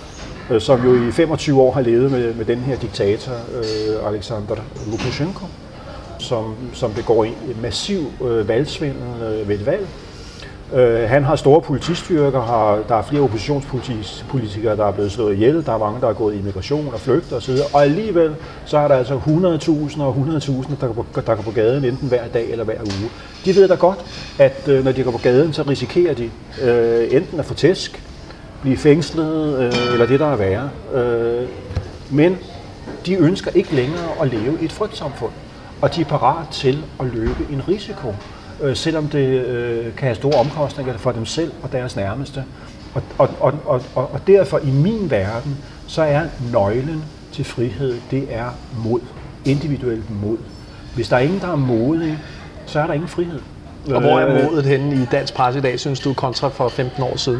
som jo i femogtyve år har levet med, med den her diktator, øh, Alexander Lukashenko, som, som begår en massiv øh, valgsvindel øh, ved et valg. Øh, han har store politistyrker, har, der er flere oppositionspolitikere, der er blevet slået ihjel, der er mange, der er gået i immigration og flygter osv., og alligevel så er der altså hundrede tusinder og hundrede tusinder, der går, på, der går på gaden enten hver dag eller hver uge. De ved da godt, at øh, når de går på gaden, så risikerer de øh, enten at få tæsk, blive fængslet, øh, eller det, der er værre. Øh, men de ønsker ikke længere at leve i et frygtsamfund, og de er parat til at løbe en risiko, øh, selvom det øh, kan have store omkostninger for dem selv og deres nærmeste. Og, og, og, og, og derfor i min verden, så er nøglen til frihed, det er mod. Individuelt mod. Hvis der er ingen, der er modige, så er der ingen frihed. Og hvor er modet henne i dansk presse i dag, synes du, kontra for femten år siden?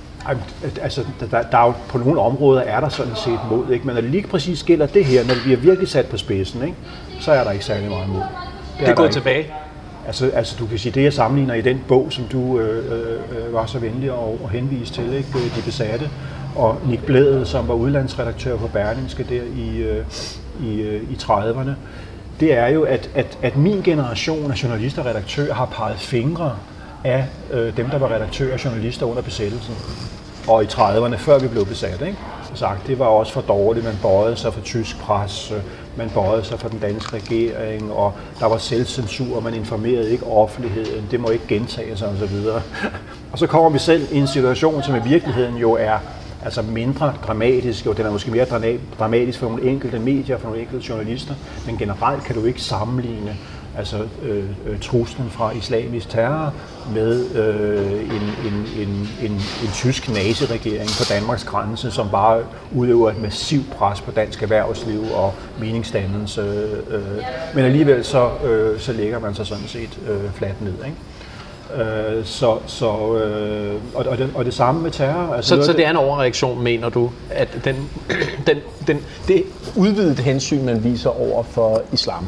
Altså, der, der er jo på nogle områder er der sådan set mod, ikke? Men når det lige præcis gælder det her, når det bliver virkelig sat på spidsen, ikke? Så er der ikke særlig meget mod. Det, det er gået tilbage? Altså, altså, du kan sige, det jeg sammenligner i den bog, som du øh, øh, var så venlig at, at henvise til, ikke? De besatte, og Nick Blædel, som var udlandsredaktør på Berlingske der i, øh, i, øh, i trediverne, det er jo, at, at, at min generation af journalister og redaktører har peget fingre af øh, dem, der var redaktører og journalister under besættelsen. Og i trediverne, før vi blev besat, ikke? Sagt, det var også for dårligt. Man bøjede sig for tysk pres, man bøjede sig for den danske regering, og der var selvcensur, og man informerede ikke offentligheden, det må ikke gentage sig osv. Og så kommer vi selv i en situation, som i virkeligheden jo er altså mindre dramatisk, og den er måske mere dramatisk for nogle enkelte medier, for nogle enkelte journalister, men generelt kan du ikke sammenligne altså øh, øh, truslen fra islamisk terror med øh, en, en, en, en, en tysk naziregering på Danmarks grænse, som bare udøver et massivt pres på dansk erhvervsliv og meningsdannelse. Øh, men alligevel så, øh, så lægger man sig sådan set øh, fladt ned, ikke? Øh, så, så, øh, og, og, det, og det samme med terror. Altså så, så det er en overreaktion, mener du, at den, den, den, det udvidede hensyn, man viser over for islam?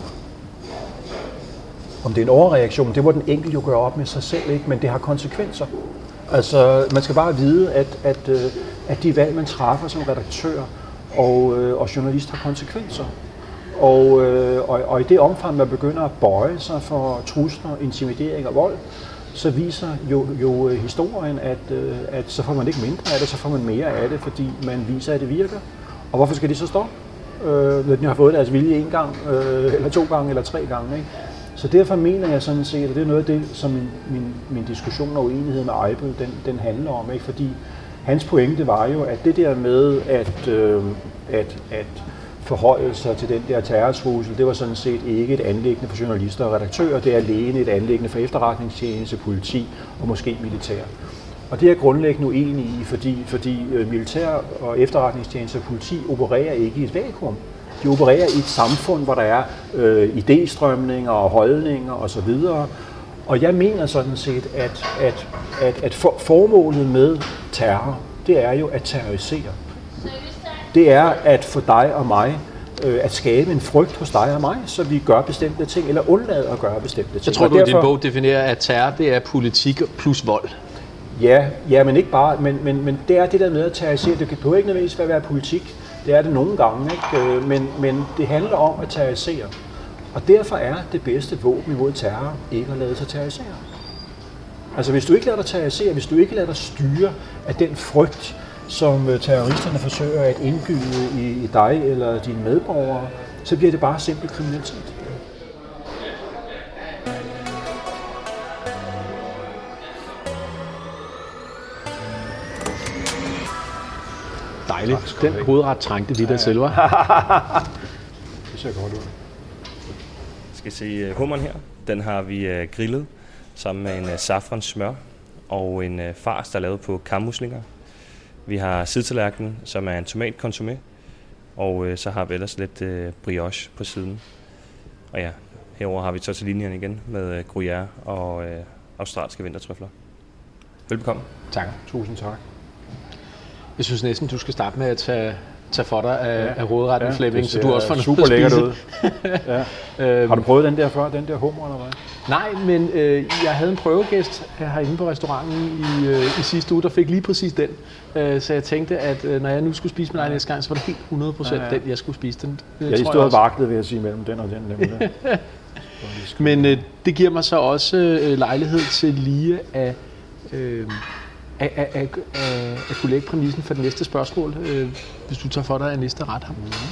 Om det er en overreaktion, det må den enkelte jo gøre op med sig selv, ikke? Men det har konsekvenser. Altså, man skal bare vide, at, at, at de valg, man træffer som redaktør og, og journalist, har konsekvenser. Og, og, og i det omfang, man begynder at bøje sig for trusler, intimidering og vold, så viser jo, jo historien, at, at så får man ikke mindre af det, så får man mere af det, fordi man viser, at det virker. Og hvorfor skal de så stoppe? Øh, når de har fået deres vilje en gang, øh, eller to gange, eller tre gange, ikke? Så derfor mener jeg sådan set, at det er noget af det, som min, min, min diskussion og uenighed med Eibel, den, den handler om, ikke? Fordi hans pointe var jo, at det der med at, øh, at, at forholde sig til den der terrortrussel, det var sådan set ikke et anliggende for journalister og redaktører, det er alene et anliggende for efterretningstjeneste, politi og måske militær. Og det er jeg grundlæggende uenig i, fordi, fordi militær og efterretningstjeneste og politi opererer ikke i et vakuum. De opererer i et samfund, hvor der er øh, idéstrømninger og holdninger osv. Og jeg mener sådan set, at, at, at, at for, formålet med terror, det er jo at terrorisere. Det er at få dig og mig, øh, at skabe en frygt hos dig og mig, så vi gør bestemte ting, eller undlader at gøre bestemte ting. Jeg tror, du derfor, i din bog definerer, at terror, det er politik plus vold. Ja, ja, men ikke bare, men, men, men det er det der med at terrorisere. Det kan jo ikke nødvendigvis være politik. Det er det nogle gange, ikke? Men, men det handler om at terrorisere. Og derfor er det bedste våben imod terror ikke at lade sig terrorisere. Altså hvis du ikke lader dig terrorisere, hvis du ikke lader dig styre af den frygt, som terroristerne forsøger at indgyde i, i dig eller dine medborgere, så bliver det bare simpel kriminalitet. Dejligt. Den hovedret trængte vi der til, hva'? Det ser godt ud. Jeg skal se hummeren her. Den har vi uh, grillet sammen med en uh, safran smør og en uh, fars, der er lavet på kammuslinger. Vi har sidetallerkenen, som er en tomatkonsumé. Og øh, så har vi ellers lidt øh, brioche på siden. Og ja, herover har vi tortellinierne igen med øh, gruyère og øh, australske vintertrøfler. Velbekomme. Tak. Tusind tak. Jeg synes næsten, du skal starte med at tage, tage for dig af, ja. af hovedretten, ja, Flemming, så du også får noget super lækkert ud. Ja. øhm, Har du prøvet den der før, den der hummer eller hvad? Nej, men øh, jeg havde en prøvegæst herinde på restauranten i, øh, i sidste uge, der fik lige præcis den. Øh, så jeg tænkte, at øh, når jeg nu skulle spise med dig næste gang, så var det helt hundrede procent ja, ja. den, jeg skulle spise. Den, øh, jeg stod og vagtede, vil jeg sige, mellem den og den. Nemlig. Men øh, det giver mig så også øh, lejlighed til lige at, øh, at, at, at, at, at kunne lægge præmissen for det næste spørgsmål, øh, hvis du tager for dig af næste ret her. Mm-hmm.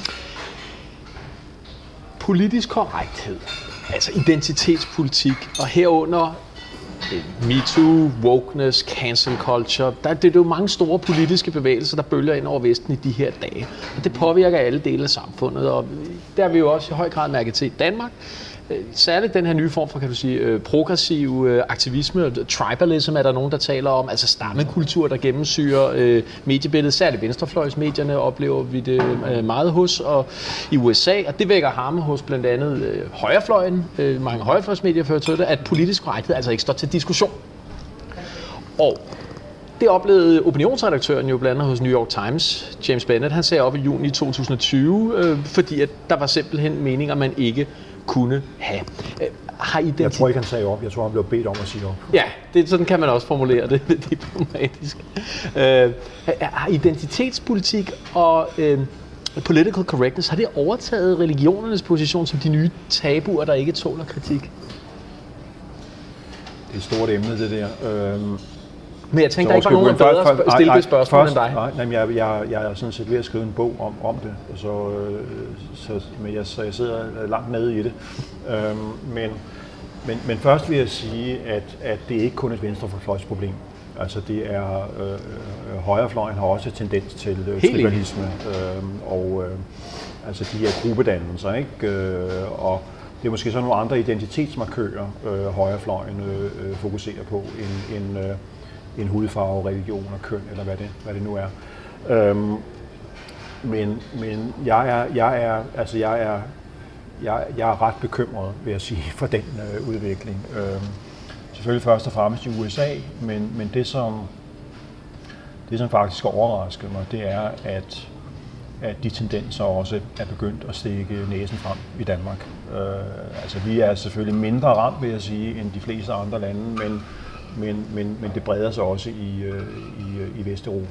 Politisk korrekthed, altså identitetspolitik, og herunder MeToo, wokeness, cancel culture. Der, det er jo mange store politiske bevægelser, der bølger ind over Vesten i de her dage. Og det påvirker alle dele af samfundet, og der har vi jo også i høj grad mærket til i Danmark. Særligt den her nye form for, kan du sige, progressiv aktivisme, tribalism er der nogen, der taler om, altså stammekultur, der gennemsyrer øh, mediebilledet, særligt venstrefløjsmedierne oplever vi det øh, meget hos, og i U S A, og det vækker harme hos blandt andet øh, højrefløjen, øh, mange højrefløjsmedier fører til det, at politisk korrekthed altså ikke står til diskussion. Og det oplevede opinionsredaktøren jo blandt andet hos New York Times, James Bennett, han sagde op i juni to tusind og tyve, øh, fordi at der var simpelthen meninger, man ikke kunne have. Har identi- jeg tror ikke, han sagde op. Jeg tror, han blev bedt om at sige op. Ja, det, sådan kan man også formulere det, det er diplomatisk. Øh, har identitetspolitik og øh, political correctness, har det overtaget religionernes position som de nye tabuer, der ikke tåler kritik? Det er et stort emne, det der. Øhm, Men jeg tænker, der ikke var nogen, der bedre at stille det spørgsmål først, end dig. Nej, nej jeg, jeg, jeg er sådan set ved at skrive en bog om, om det, så, så, men jeg, så jeg sidder langt nede i det. Øhm, men, men, men først vil jeg sige, at, at det ikke kun er et venstrefløjsproblem. Altså det er, øh, højrefløjen har også tendens til øh, tribalisme, øh, og øh, altså de her gruppedannelser, ikke? Øh, og det er måske sådan nogle andre identitetsmarkører, øh, højrefløjen øh, fokuserer på, end, end øh, en hudfarve, religion og køn, eller hvad det, hvad det nu er. Øhm, men men jeg, er, jeg, er, altså jeg, er, jeg, jeg er ret bekymret, vil jeg sige, for den øh, udvikling. Øhm, selvfølgelig først og fremmest i U S A, men, men det, som, det, som faktisk har overrasket mig, det er, at, at de tendenser også er begyndt at stikke næsen frem i Danmark. Øh, altså vi er selvfølgelig mindre ramt, vil jeg sige, end de fleste andre lande, men Men, men, men det breder sig også i, øh, i, i Vesteuropa.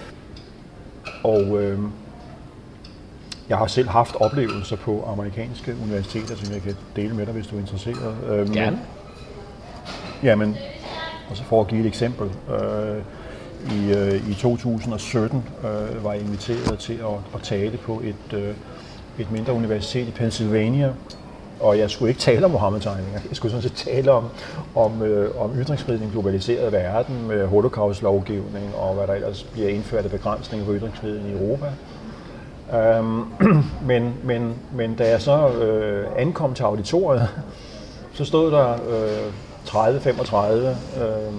Og øh, jeg har selv haft oplevelser på amerikanske universiteter, som jeg kan dele med dig, hvis du er interesseret. Øh, Gerne. Jamen, og så for at give et eksempel. Øh, i, øh, I to tusind og sytten øh, var jeg inviteret til at, at tale på et, øh, et mindre universitet i Pennsylvania. Og jeg skulle ikke tale om Muhammed-tegninger. Jeg skulle sådan set tale om, om, øh, om ytringsfrihed i en globaliseret verden med holocaust-lovgivning og hvad der ellers bliver indført af begrænsninger på ytringsfriheden i Europa. Øhm, men, men, men da jeg så øh, ankom til auditoriet, så stod der øh, tredive til femogtredive øh,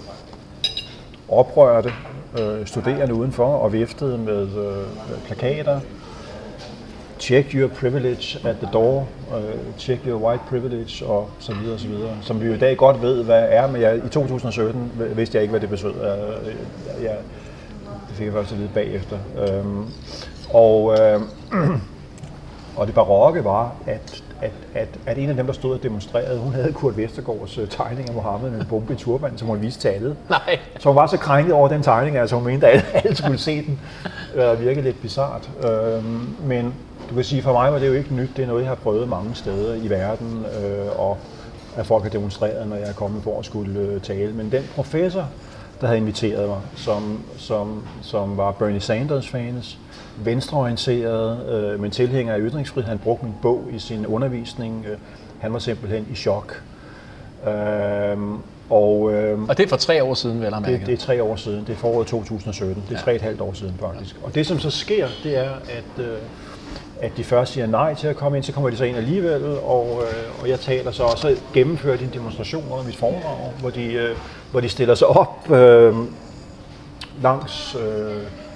oprørte øh, studerende udenfor og viftede med øh, plakater. Check your privilege at the door, uh, check your white privilege og så videre og så videre. Som vi jo i dag godt ved, hvad er, men jeg, i to tusind og sytten vidste jeg ikke, hvad det betød. Jeg, jeg, det fik jeg først at vide bagefter. Um, og, uh, og det barokke var, at, at, at, at en af dem, der stod og demonstrerede, hun havde Kurt Vestergaards tegning af Mohammed med en bombe i turban, som hun viste til alle. Nej. Så hun var så krænket over den tegning, altså hun mente, at alle skulle se den. Det virkede lidt bizart. Um, men du kan sige, for mig var det jo ikke nyt. Det er noget, jeg har prøvet mange steder i verden, øh, og at folk har demonstreret, når jeg er kommet for at skulle øh, tale. Men den professor, der havde inviteret mig, som, som, som var Bernie Sanders-fans, venstreorienteret, øh, men tilhænger af ytringsfrihed, han brugte min bog i sin undervisning. Øh, han var simpelthen i chok. Øh, og, øh, og det er for tre år siden, vel at mærke? Det, det er tre år siden. Det er foråret to tusind og sytten. Det er tre og et halvt år siden, faktisk. Og det, som så sker, det er, at... Øh, at de først siger nej til at komme ind, så kommer de så ind alligevel, og, øh, og jeg taler så også gennemfører de en demonstration under mit foredrag, hvor de, øh, hvor de stiller sig op øh, langs øh,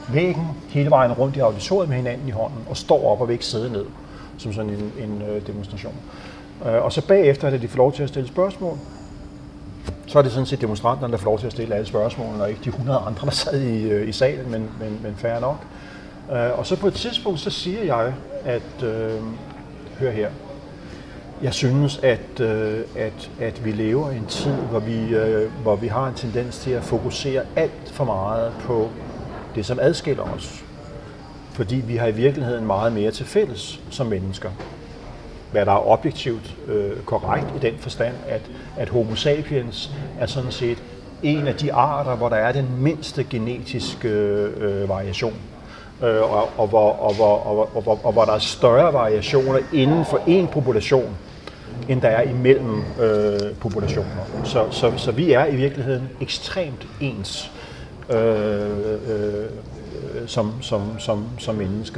væggen hele vejen rundt i auditoriet med hinanden i hånden og står op og vil ikke sidde ned, som sådan en, en øh, demonstration. Øh, og så bagefter, da de får lov til at stille spørgsmål, så er det sådan set demonstranterne, der får lov til at stille alle spørgsmålene, og ikke de hundrede andre, der sad i, øh, i salen, men, men, men fair nok. Øh, og så på et tidspunkt, så siger jeg, at, øh, hør her, jeg synes, at, øh, at, at vi lever i en tid, hvor vi, øh, hvor vi har en tendens til at fokusere alt for meget på det, som adskiller os. Fordi vi har i virkeligheden meget mere til fælles som mennesker. Hvad der er objektivt øh, korrekt i den forstand, at, at Homo sapiens er sådan set en af de arter, hvor der er den mindste genetiske øh, variation. Øh, og, og, hvor, og, hvor, og, og, og, og hvor der er større variationer inden for én population, end der er imellem øh, populationer. Så, så, så vi er i virkeligheden ekstremt ens øh, øh, som, som, som, som mennesker.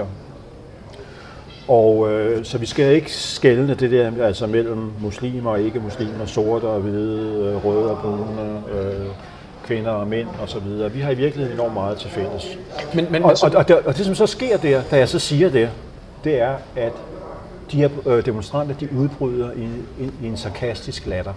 Og øh, så vi skal ikke skelne det der altså mellem muslimer og ikke-muslimer, sorte og hvide, røde og brune, øh, kvinder og mænd og så videre. Vi har i virkeligheden enormt meget til fælles. Men, men, og, og, og, det, og det som så sker der, da jeg så siger det, det er, at de her øh, demonstranter, de udbryder i, i, i en sarkastisk latter.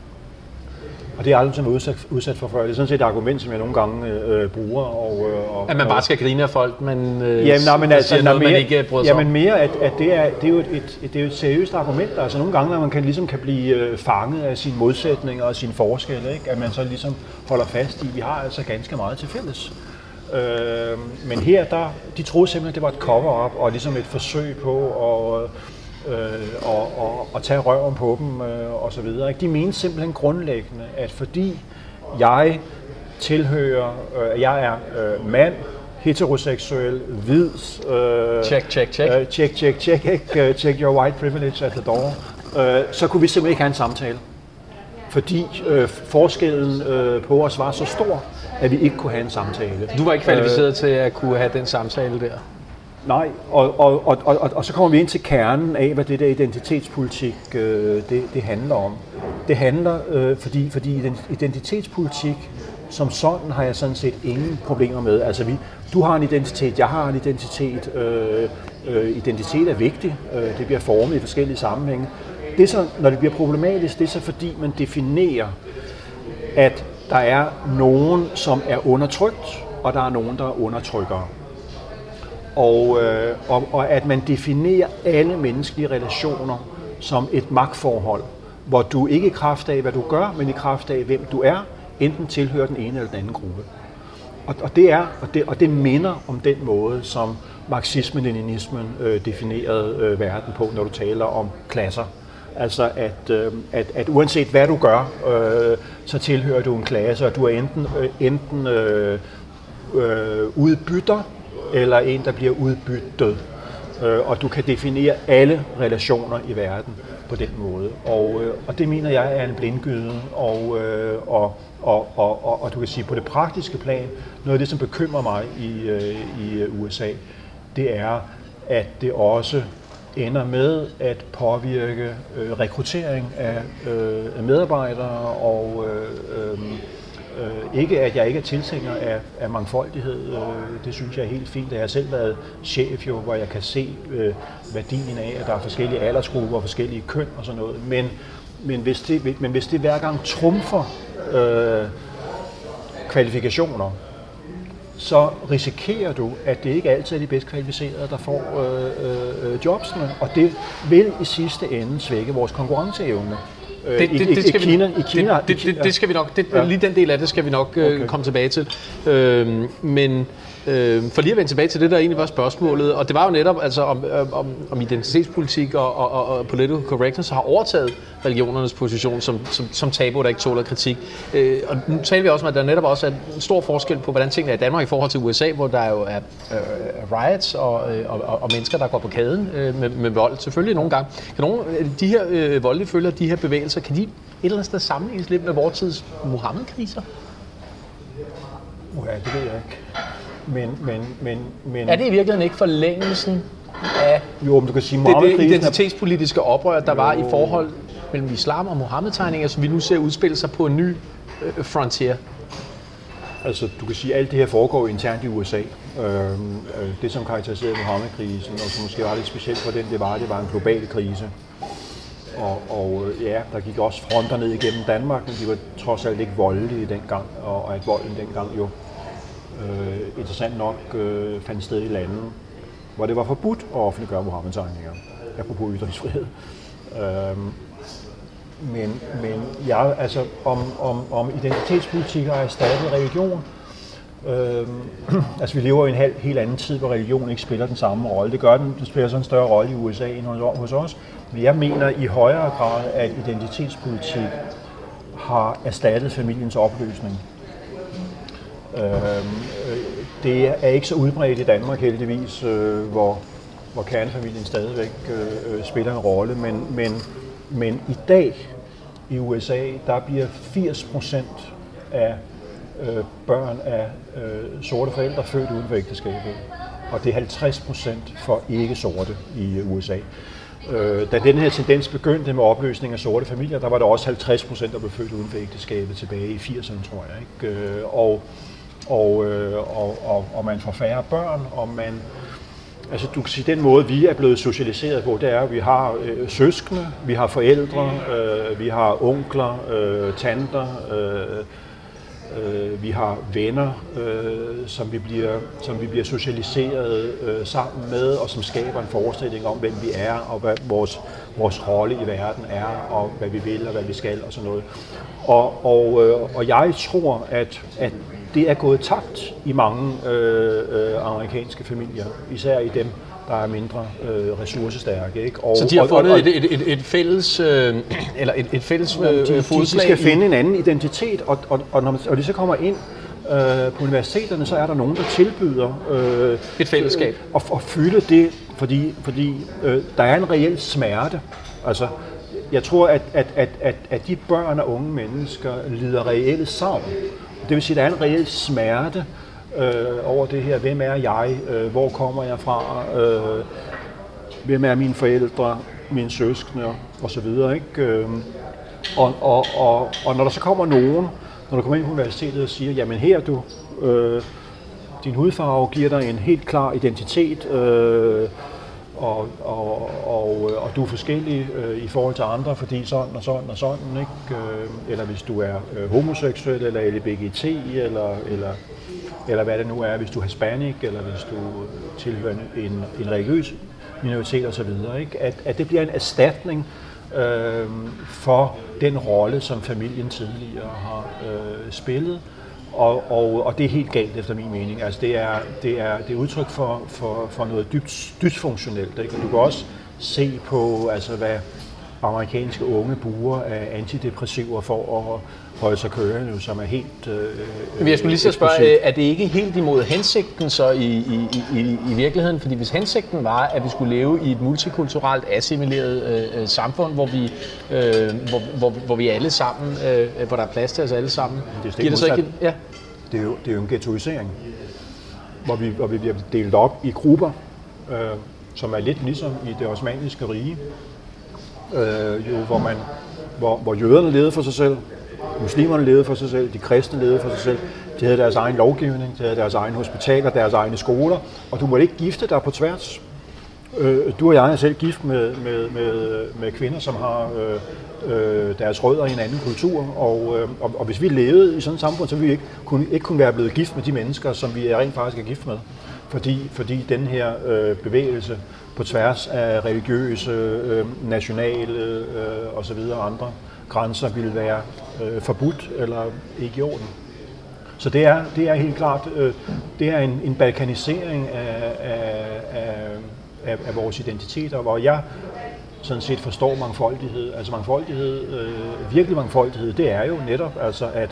Og det er aldrig sådan udsat, udsat for før. Det er sådan set et argument, som jeg nogle gange øh, bruger. Og, og, at man bare skal grine af folk, men øh, jamen, nej, men altså, siger noget, mere, man ikke bryder sig om. Jamen mere, at, at det, er, det, er jo et, et, det er jo et seriøst argument. Altså nogle gange, når man kan, ligesom kan blive øh, fanget af sine modsætninger og sine forskelle, ikke? At man så ligesom holder fast i, vi har altså ganske meget til fælles. Øh, men her, der, de troede simpelthen, det var et cover-up og ligesom et forsøg på at Øh, og, og, og tage røven på dem øh, og så videre. De mente simpelthen grundlæggende, at fordi jeg tilhører, øh, jeg er øh, mand, heteroseksuel, hvid, øh, check, check, check, øh, check, check, check, ikke? Check your white privilege at the door, øh, så kunne vi simpelthen ikke have en samtale. Fordi øh, forskellen øh, på os var så stor, at vi ikke kunne have en samtale. Du var ikke kvalificeret øh, til at kunne have den samtale der? Nej, og, og, og, og, og så kommer vi ind til kernen af, hvad det der identitetspolitik øh, det, det handler om. Det handler, øh, fordi, fordi identitetspolitik som sådan har jeg sådan set ingen problemer med. Altså vi, du har en identitet, jeg har en identitet. Øh, øh, identitet er vigtig, øh, det bliver formet i forskellige sammenhænge. Det så, når det bliver problematisk, det er så fordi man definerer, at der er nogen, som er undertrykt, og der er nogen, der er undertrykkere. Og, øh, og, og at man definerer alle menneskelige relationer som et magtforhold, hvor du ikke i kraft af, hvad du gør, men i kraft af, hvem du er, enten tilhører den ene eller den anden gruppe. Og, og, det, er, og, det, og det minder om den måde, som marxismen-leninismen øh, definerede øh, verden på, når du taler om klasser. Altså at, øh, at, at uanset hvad du gør, øh, så tilhører du en klasse, og du er enten, øh, enten øh, øh, udbytter, eller en, der bliver udbyttet. Øh, og du kan definere alle relationer i verden på den måde. Og, øh, og det mener jeg er en blindgyde. Og, øh, og, og, og, og, og du kan sige, på det praktiske plan, noget af det, som bekymrer mig i, øh, i U S A, det er, at det også ender med at påvirke øh, rekruttering af øh, medarbejdere og øh, øh, Øh, ikke at jeg ikke er tilhænger af, af mangfoldighed, øh, det synes jeg er helt fint. Jeg har selv været chef, jo, hvor jeg kan se øh, værdien af, at der er forskellige aldersgrupper og forskellige køn og sådan noget. Men, men, hvis, det, men hvis det hver gang trumfer øh, kvalifikationer, så risikerer du, at det ikke altid er de bedst kvalificerede, der får øh, øh, jobsene, og det vil i sidste ende svække vores konkurrenceevne. Det, det, det, skal Kina, vi, Kina, det, det, det, det skal vi nok, det, ja. Lige den del af det skal vi nok okay. øh, komme tilbage til. Øh, men øh, for lige at vende tilbage til det, der egentlig var spørgsmålet, og det var jo netop altså, om, om, om identitetspolitik og, og, og political correctness har overtaget religionernes position som, som, som tabu, der ikke tåler kritik. Øh, og nu taler vi også om, at der netop også er en stor forskel på, hvordan tingene er i Danmark i forhold til U S A, hvor der jo er øh, riots og, og, og mennesker, der går på kaden øh, med, med vold. Selvfølgelig nogle gange. Kan nogle de her øh, voldelige følger, de her bevægelser, kan de et eller andet sted sammenlignes lidt med vores tids Muhammed-kriser? Ja, det ved jeg ikke. Men, men, men, men... Er det i virkeligheden ikke forlængelsen af jo, du kan sige, det, det identitetspolitiske oprør, der jo. var i forhold mellem islam og Muhammed-tegninger, som vi nu ser udspille sig på en ny øh, frontier? Altså, du kan sige, at alt det her foregår internt i U S A. Øh, det, som karakteriserede Muhammed-krisen, og som måske var lidt specielt for den, det var, det var en global krise. Og, og ja, der gik også fronter ned igennem Danmark, men de var trods alt ikke voldelige dengang, og at volden dengang jo øh, interessant nok øh, fandt sted i landet, hvor det var forbudt at offentliggøre Muhammed-tegninger, apropos ytringsfrihed. Øh, men, men ja, altså om, om, om identitetspolitik har erstattet religion. Øh, altså vi lever i en helt, helt anden tid, hvor religion ikke spiller den samme rolle. Det gør den, det spiller så en større rolle i U S A end hos os. Men jeg mener i højere grad, at identitetspolitik har erstattet familiens opløsning. Øh, det er ikke så udbredt i Danmark heldigvis, øh, hvor, hvor kernefamilien stadigvæk øh, spiller en rolle. Men, men, men i dag i U S A, der bliver firs procent af øh, børn af øh, sorte forældre født uden for ægteskabet. Og det er halvtreds procent for ikke-sorte i U S A. Øh, da den her tendens begyndte med opløsning af sorte familier, der var der også halvtreds procent, der blev født uden for ægteskabet tilbage i firserne, tror jeg. Ikke? Øh, og, og, øh, og, og, og man får færre børn, og man... Altså, du kan sige, den måde, vi er blevet socialiseret på, det er, at vi har øh, søskende, vi har forældre, øh, vi har onkler, øh, tanter, øh, øh, vi har venner, øh, som, vi bliver, som vi bliver socialiseret øh, sammen med, og som skaber en forestilling om, hvem vi er, og hvad vores, vores rolle i verden er, og hvad vi vil, og hvad vi skal, og sådan noget. Og, og, øh, og jeg tror, at, at det er gået tabt i mange øh, øh, amerikanske familier, især i dem, der er mindre øh, ressourcestærke. Ikke? Og, så de har og, fundet og, et, et, et, et fælles, øh, eller et, et fælles øh, de, fodslag? De skal finde en anden identitet, og, og, og når man, og de så kommer ind øh, på universiteterne, så er der nogen, der tilbyder øh, et fællesskab. Øh, at, at fylde det, fordi, fordi øh, der er en reel smerte. Altså, jeg tror, at, at, at, at, at de børn og unge mennesker lider reelle savn. Det vil sige, at der er en reel smerte øh, over det her. Hvem er jeg? Øh, hvor kommer jeg fra? Øh, hvem er mine forældre? Mine søskende? Og så videre. Ikke? Øh, og, og, og, og når der så kommer nogen, når du kommer ind på universitetet og siger, jamen her du, øh, din hudfarve giver dig en helt klar identitet, øh, Og, og, og, og du er forskellig øh, i forhold til andre, fordi sådan og sådan og sådan, ikke? Øh, eller hvis du er øh, homoseksuel, eller L G B T, eller, eller, eller hvad det nu er, hvis du er hispanic, eller hvis du tilhører en, en religiøs minoritet osv., ikke? At, at det bliver en erstatning øh, for den rolle, som familien tidligere har øh, spillet. Og, og, og det er helt galt efter min mening. Altså det er det er det er udtryk for for for noget dybt dysfunktionelt, ikke? Og du kan også se på altså hvad amerikanske unge bruger af antidepressiver for at holde sig kørende, som er helt øh, Men jeg skulle lige så spørge, er det ikke helt imod hensigten så i, i, i, i virkeligheden? Fordi hvis hensigten var, at vi skulle leve i et multikulturelt assimileret øh, samfund, hvor vi, øh, hvor, hvor, hvor vi alle sammen, øh, hvor der er plads til os alle sammen, det er giver det så ikke? Ja. Det er jo det er jo en ghettoisering, hvor vi hvor vi bliver delt op i grupper, øh, som er lidt ligesom i det osmanniske rige, øh, jo, hvor man hvor, hvor jøderne levede for sig selv. Muslimerne levede for sig selv, de kristne levede for sig selv, de havde deres egen lovgivning, de havde deres egen hospitaler, deres egne skoler, og du måtte ikke gifte dig på tværs. Du og jeg er selv gift med, med, med, med kvinder, som har øh, deres rødder i en anden kultur, og, øh, og, og hvis vi levede i sådan et samfund, så ville vi ikke kunne, ikke kunne være blevet gift med de mennesker, som vi rent faktisk er gift med, fordi, fordi den her øh, bevægelse på tværs af religiøse, øh, nationale øh, osv. andre grænser ville være øh, forbudt eller ikke i orden. Så det er, det er helt klart øh, det er en, en balkanisering af, af, af, af vores identiteter, hvor jeg sådan set forstår mangfoldighed. Altså mangfoldighed, øh, virkelig mangfoldighed, det er jo netop altså at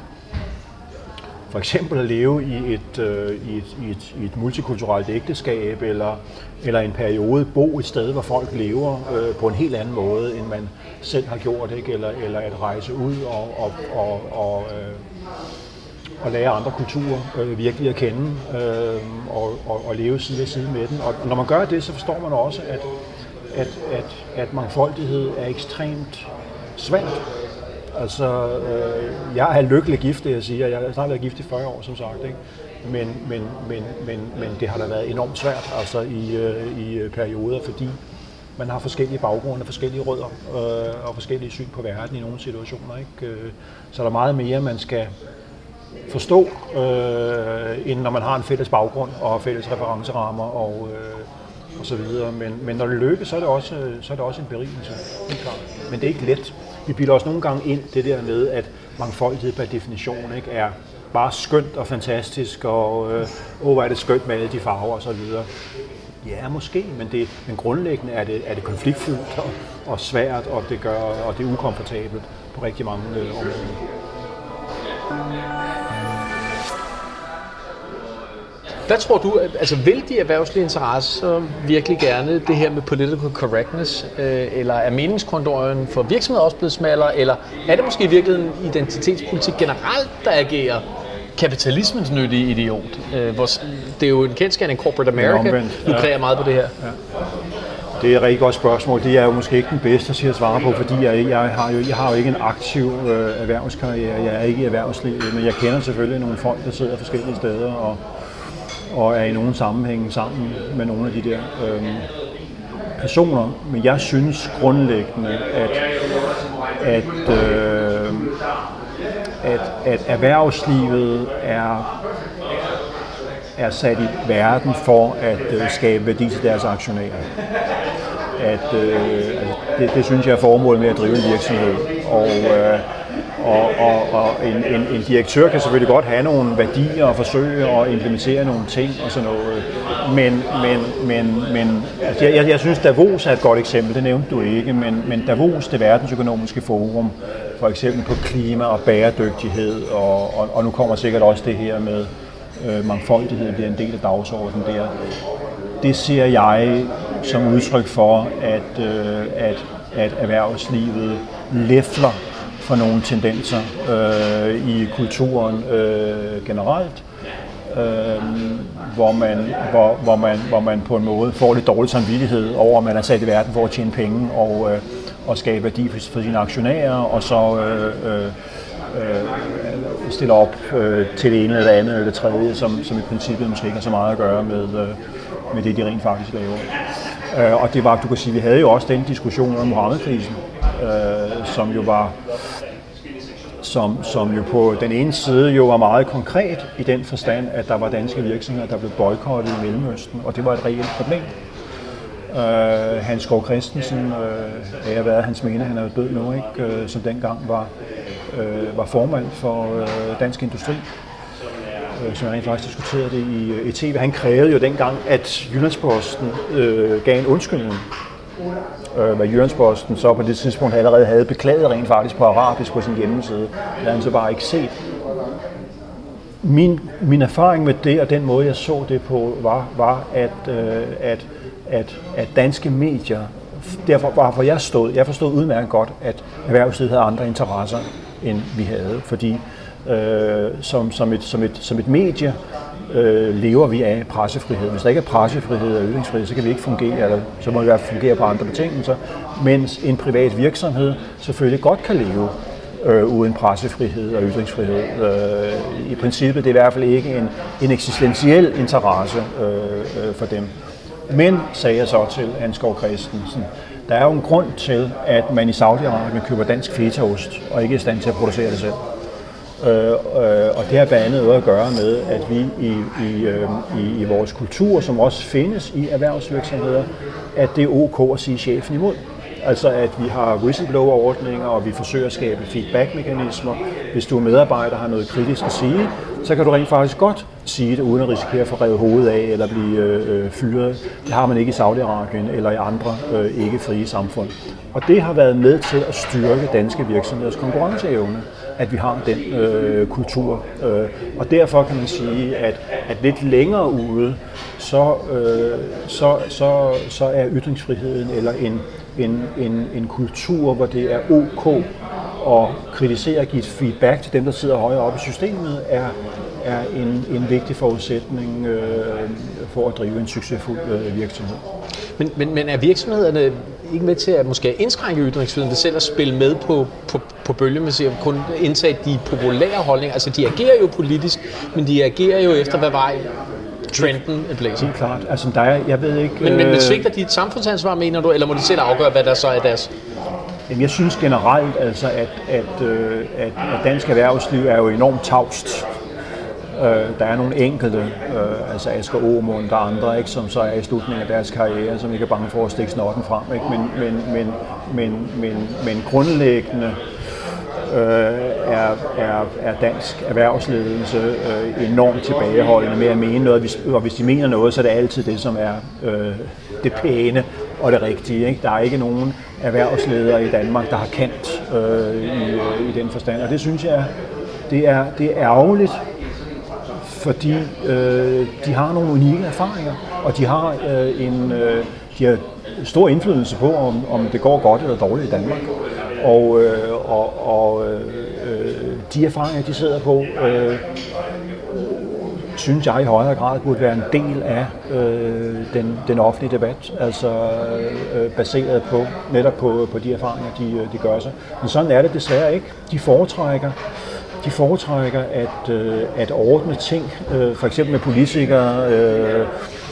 for eksempel at leve i et, øh, i et, i et, i et multikulturelt ægteskab, eller, eller en periode bo et sted, hvor folk lever øh, på en helt anden måde, end man selv har gjort, ikke? Eller, eller at rejse ud og, og, og, og, øh, og lære andre kulturer øh, virkelig at kende, øh, og, og, og leve side ved side med den. Og når man gør det, så forstår man også, at, at, at, at mangfoldighed er ekstremt svært. Altså, øh, jeg er lykkelig gift, det jeg siger. Jeg har snart været gift i fyrre år, som sagt, ikke? Men, men, men, men, men det har da været enormt svært altså, i, øh, i perioder, fordi man har forskellige baggrunde, forskellige rødder øh, og forskellige syn på verden i nogle situationer, ikke? Så der er meget mere, man skal forstå, øh, end når man har en fælles baggrund og fælles referencerammer og, øh, og så videre. Men, men når det lykkes, så er det også, så er det også en berigelse. Men det er ikke let. Vi bilder os nogle gange ind det der med, at mangfoldighed per definition ikke, er bare skønt og fantastisk, og øh, åh, hvor er det skønt med alle de farver og så videre. Ja, måske, men, det, men grundlæggende er det, er det konfliktfyldt og, og svært, og det, gør, og det er ukomfortabelt på rigtig mange øh, områder. Hvad tror du, altså vil de erhvervslige interesser virkelig gerne det her med political correctness, øh, eller er meningskorridoren for virksomheder også blevet smallere, eller er det måske i virkeligheden identitetspolitik generelt, der agerer kapitalismens nyttige idiot? Øh, hvor, det er jo en kendsgerning, Corporate America lukrerer ja. meget på det her. Ja. Det er et rigtig godt spørgsmål. Det er jo måske ikke den bedste til at svare på, fordi jeg, jeg, har, jo, jeg har jo ikke en aktiv øh, erhvervskarriere. Jeg er ikke i erhvervslivet, men jeg kender selvfølgelig nogle folk, der sidder forskellige steder og, og er i nogle sammenhænge sammen med nogle af de der øh, personer. Men jeg synes grundlæggende, at, at, øh, at, at erhvervslivet er, er sat i verden for at øh, skabe værdi til deres aktionærer. At, øh, altså det, det synes jeg er formålet med at drive en virksomhed. Og, øh, og, og, og en, en, en direktør kan selvfølgelig godt have nogle værdier og forsøge at implementere nogle ting og sådan noget. Men, men, men, men altså jeg, jeg synes, Davos er et godt eksempel, det nævnte du ikke, men, men Davos, det verdensøkonomiske forum, for eksempel på klima og bæredygtighed, og, og, og nu kommer sikkert også det her med øh, mangfoldighed bliver en del af dagsordenen der. Det ser jeg som udtryk for, at, øh, at, at erhvervslivet læfler for nogle tendenser øh, i kulturen øh, generelt, øh, hvor, man, hvor, hvor, man, hvor man på en måde får lidt dårlig samvittighed over, at man er sat i verden for at tjene penge og, øh, og skabe værdi for, for sine aktionærer, og så øh, øh, stiller op øh, til det ene eller det andet eller det tredje, som, som i princippet måske ikke har så meget at gøre med, øh, med det, de rent faktisk laver. Øh, og det var, du kan sige, vi havde jo også den diskussion om Muhammed-krisen, øh, som jo var som, som jo på den ene side jo var meget konkret i den forstand, at der var danske virksomheder, der blev boykottet i Mellemøsten, og det var et reelt problem. Uh, Hans Skov Christensen, uh, jeg har været hans mene, han er jo død nu, ikke? Uh, som dengang var, uh, var formand for uh, Dansk Industri, uh, som jeg faktisk diskuterede det i, i T V. Han krævede jo dengang, at Jyllandsposten uh, gav en undskyldning. Uh, hvad Jyllandsposten så på det tidspunkt allerede havde beklaget rent faktisk på arabisk på sin hjemmeside. Det havde han så bare ikke set. Min, min erfaring med det og den måde, jeg så det på, var, var at, uh, at At, at danske medier, derfor hvorfor jeg stod, jeg forstod udmærket godt, at erhvervslivet havde andre interesser, end vi havde, fordi øh, som, som, et, som, et, som et medie øh, lever vi af pressefrihed. Hvis der ikke er pressefrihed og ytringsfrihed, så kan vi ikke fungere, eller så må vi i hvert fald fungere på andre betingelser, mens en privat virksomhed selvfølgelig godt kan leve øh, uden pressefrihed og ytringsfrihed. Øh, I princippet det er i hvert fald ikke en, en eksistentiel interesse øh, øh, for dem. Men, sagde jeg så til Hans Skov Christensen, der er jo en grund til, at man i Saudi-Arabien køber dansk fetaost og ikke er i stand til at producere det selv. Øh, øh, og det har blandt andet noget at gøre med, at vi i, i, øh, i, i vores kultur, som også findes i erhvervsvirksomheder, at det er ok at sige chefen imod. Altså at vi har whistleblower-ordninger, og vi forsøger at skabe feedback-mekanismer. Hvis du er medarbejder og har noget kritisk at sige, så kan du rent faktisk godt sige det, uden at risikere at få revet hovedet af eller blive øh, fyret. Det har man ikke i Saudi-Arabien eller i andre øh, ikke-frie samfund. Og det har været med til at styrke danske virksomheders konkurrenceevne, at vi har den øh, kultur. Øh, og derfor kan man sige, at, at lidt længere ude, så, øh, så, så, så er ytringsfriheden eller en En, en, en kultur, hvor det er ok at kritisere og give feedback til dem, der sidder højere oppe i systemet, er, er en, en vigtig forudsætning øh, for at drive en succesfuld øh, virksomhed. Men, men, men er virksomhederne ikke med til at måske indskrænke ytringsfriheden ved selv at spille med på, på, på bølge med sig, kun indtage de populære holdninger. Altså, de agerer jo politisk, men de agerer jo efter, hvad vej trenden er blæser. Helt klart. Altså, der er, jeg ved ikke... Men, men, men svigter de et samfundsansvar, mener du, eller må de selv afgøre, hvad der så er deres? Jamen, jeg synes generelt, altså, at, at, øh, at, at dansk erhvervsliv er jo enormt tavst. Øh, der er nogle enkelte, øh, altså Asger Aamund, der er andre, ikke, som så er i slutningen af deres karriere, som ikke er bange for at stikke snotten frem. Ikke? Men, men, men, men, men, men grundlæggende øh, er, er, er dansk erhvervsledelse øh, enormt tilbageholdende med at mene noget, og hvis de mener noget, så er det altid det, som er øh, det pæne og det rigtige. Ikke? Der er ikke nogen erhvervsledere i Danmark, der har kendt øh, i, øh, i den forstand, og det synes jeg, det er, det er ærgerligt, fordi øh, de har nogle unikke erfaringer, og de har øh, en øh, de har stor indflydelse på, om, om det går godt eller dårligt i Danmark. Og, øh, og, og øh, de erfaringer, de sidder på, øh, synes jeg i højere grad burde være en del af øh, den, den offentlige debat, altså øh, baseret på netop på, på de erfaringer, de, de gør sig. Men sådan er det desværre ikke. De foretrækker De foretrækker at, øh, at ordne ting, øh, for eksempel med politikere, øh,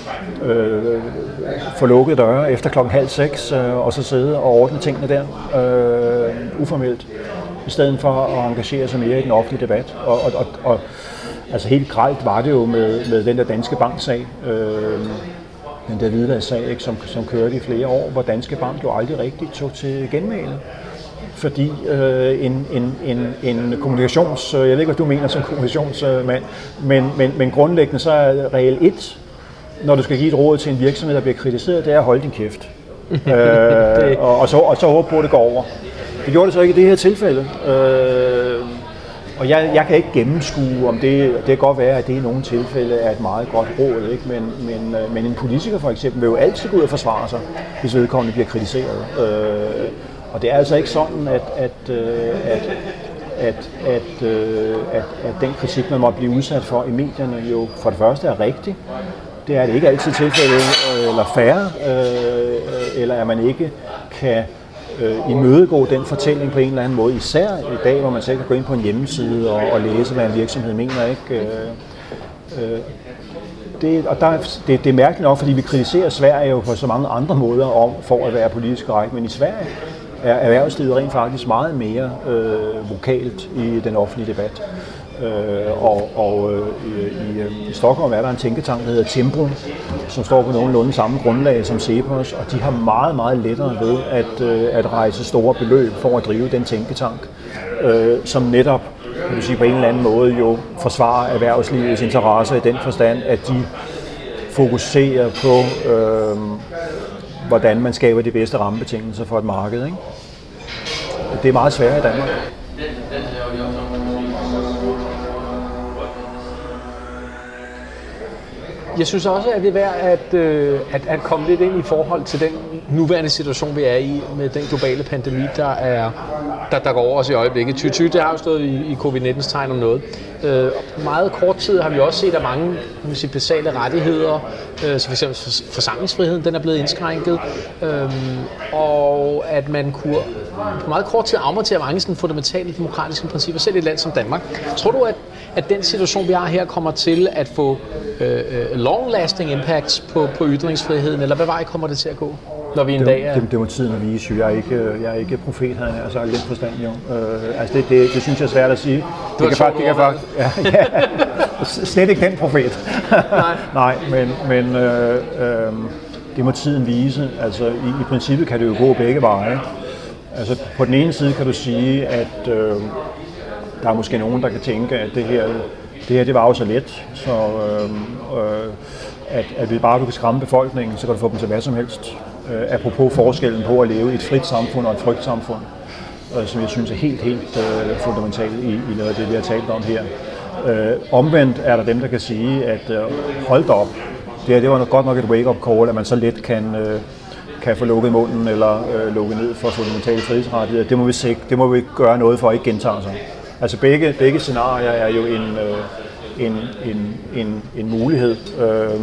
øh, få lukket døre efter klokken halv seks, øh, og så sidde og ordne tingene der øh, uformelt, i stedet for at engagere sig mere i den offentlige debat. Og, og, og, og altså helt grelt var det jo med, med den der Danske Bank-sag, øh, den der hvidvasksag, ikke, som, som kørte i flere år, hvor Danske Bank jo aldrig rigtigt tog til genmæle. Fordi øh, en, en, en, en kommunikations... Jeg ved ikke, hvad du mener som kommunikationsmand, men, men, men grundlæggende så er regel et, når du skal give et råd til en virksomhed, der bliver kritiseret, det er at holde din kæft. øh, og, og, så, og så håbe på, at det går over. Det gjorde det så ikke i det her tilfælde. Øh, og jeg, jeg kan ikke gennemskue, om det, det kan godt være, at det i nogle tilfælde er et meget godt råd. Ikke? Men, men, men en politiker for eksempel vil jo altid gå ud og forsvare sig, hvis vedkommende bliver kritiseret. Øh, Og det er altså ikke sådan, at, at, at, at, at, at, at den kritik, man måtte blive udsat for i medierne, jo for det første er rigtig. Det er det ikke altid tilfældet, eller færre, eller at man ikke kan imødegå den fortælling på en eller anden måde. Især i dag, hvor man selv kan gå ind på en hjemmeside og, og læse, hvad en virksomhed mener. Ikke? Det, og der, det, det er mærkeligt nok, fordi vi kritiserer Sverige jo på så mange andre måder om, for at være politisk korrekt, men i Sverige er erhvervslivet rent faktisk meget mere øh, vokalt i den offentlige debat. Øh, og og øh, i, i Stockholm er der en tænketank, der hedder Timbro, som står på nogenlunde samme grundlag som Cepos, og de har meget, meget lettere ved at, øh, at rejse store beløb for at drive den tænketank, øh, som netop kan du sige, på en eller anden måde jo forsvarer erhvervslivets interesser i den forstand, at de fokuserer på øh, hvordan man skaber de bedste rammebetingelser for et marked. Ikke? Det er meget sværere i Danmark. Jeg synes også, at det er værd at, øh, at, at komme lidt ind i forhold til den nuværende situation, vi er i med den globale pandemi, der, er, der, der går over os i øjeblikket. tyve tyve, det har jo stået i, i covid nitten tegn om noget. Øh, meget kort tid har vi også set, at mange kan man sige, basale rettigheder, øh, så for eksempel forsamlingsfriheden, den er blevet indskrænket, øh, og at man kunne på meget kort tid afmontere mange sådan fundamentale demokratiske principper, selv i et land som Danmark. Tror du, at, at den situation, vi har her, kommer til at få øh, long-lasting impacts på, på ytringsfriheden, eller hvad vej kommer det til at gå, når vi en det, dag er... Det, det må tiden at vise. Jeg er ikke, jeg er ikke profet, havde jeg sagt, lidt forstand, jo. Øh, altså det, det, det synes jeg er svært at sige. Det kan faktisk, det kan faktisk, ja, ja, slet ikke den profet. Nej. Nej, men, men øh, øh, det må tiden vise. Altså i, i princippet kan det jo gå begge veje. Altså på den ene side kan du sige, at øh, der er måske nogen, der kan tænke, at det her, det her det var jo så let, så øh, øh, at, at vi bare du kan skræmme befolkningen, så kan du få dem til hvad som helst. Øh, apropos forskellen på at leve i et frit samfund og et frygtsamfund, øh, som jeg synes er helt, helt øh, fundamentalt i, i noget af det, vi har talt om her. Øh, omvendt er der dem, der kan sige, at øh, hold da op, det her det var godt nok et wake-up call, at man så let kan... Øh, kan få lukket munden eller øh, lukket ned for fundamentale frihedsrettigheder. Det må vi sik- det må vi gøre noget for at ikke gentage sig. Altså begge begge scenarier er jo en øh, en en en en mulighed. Øh,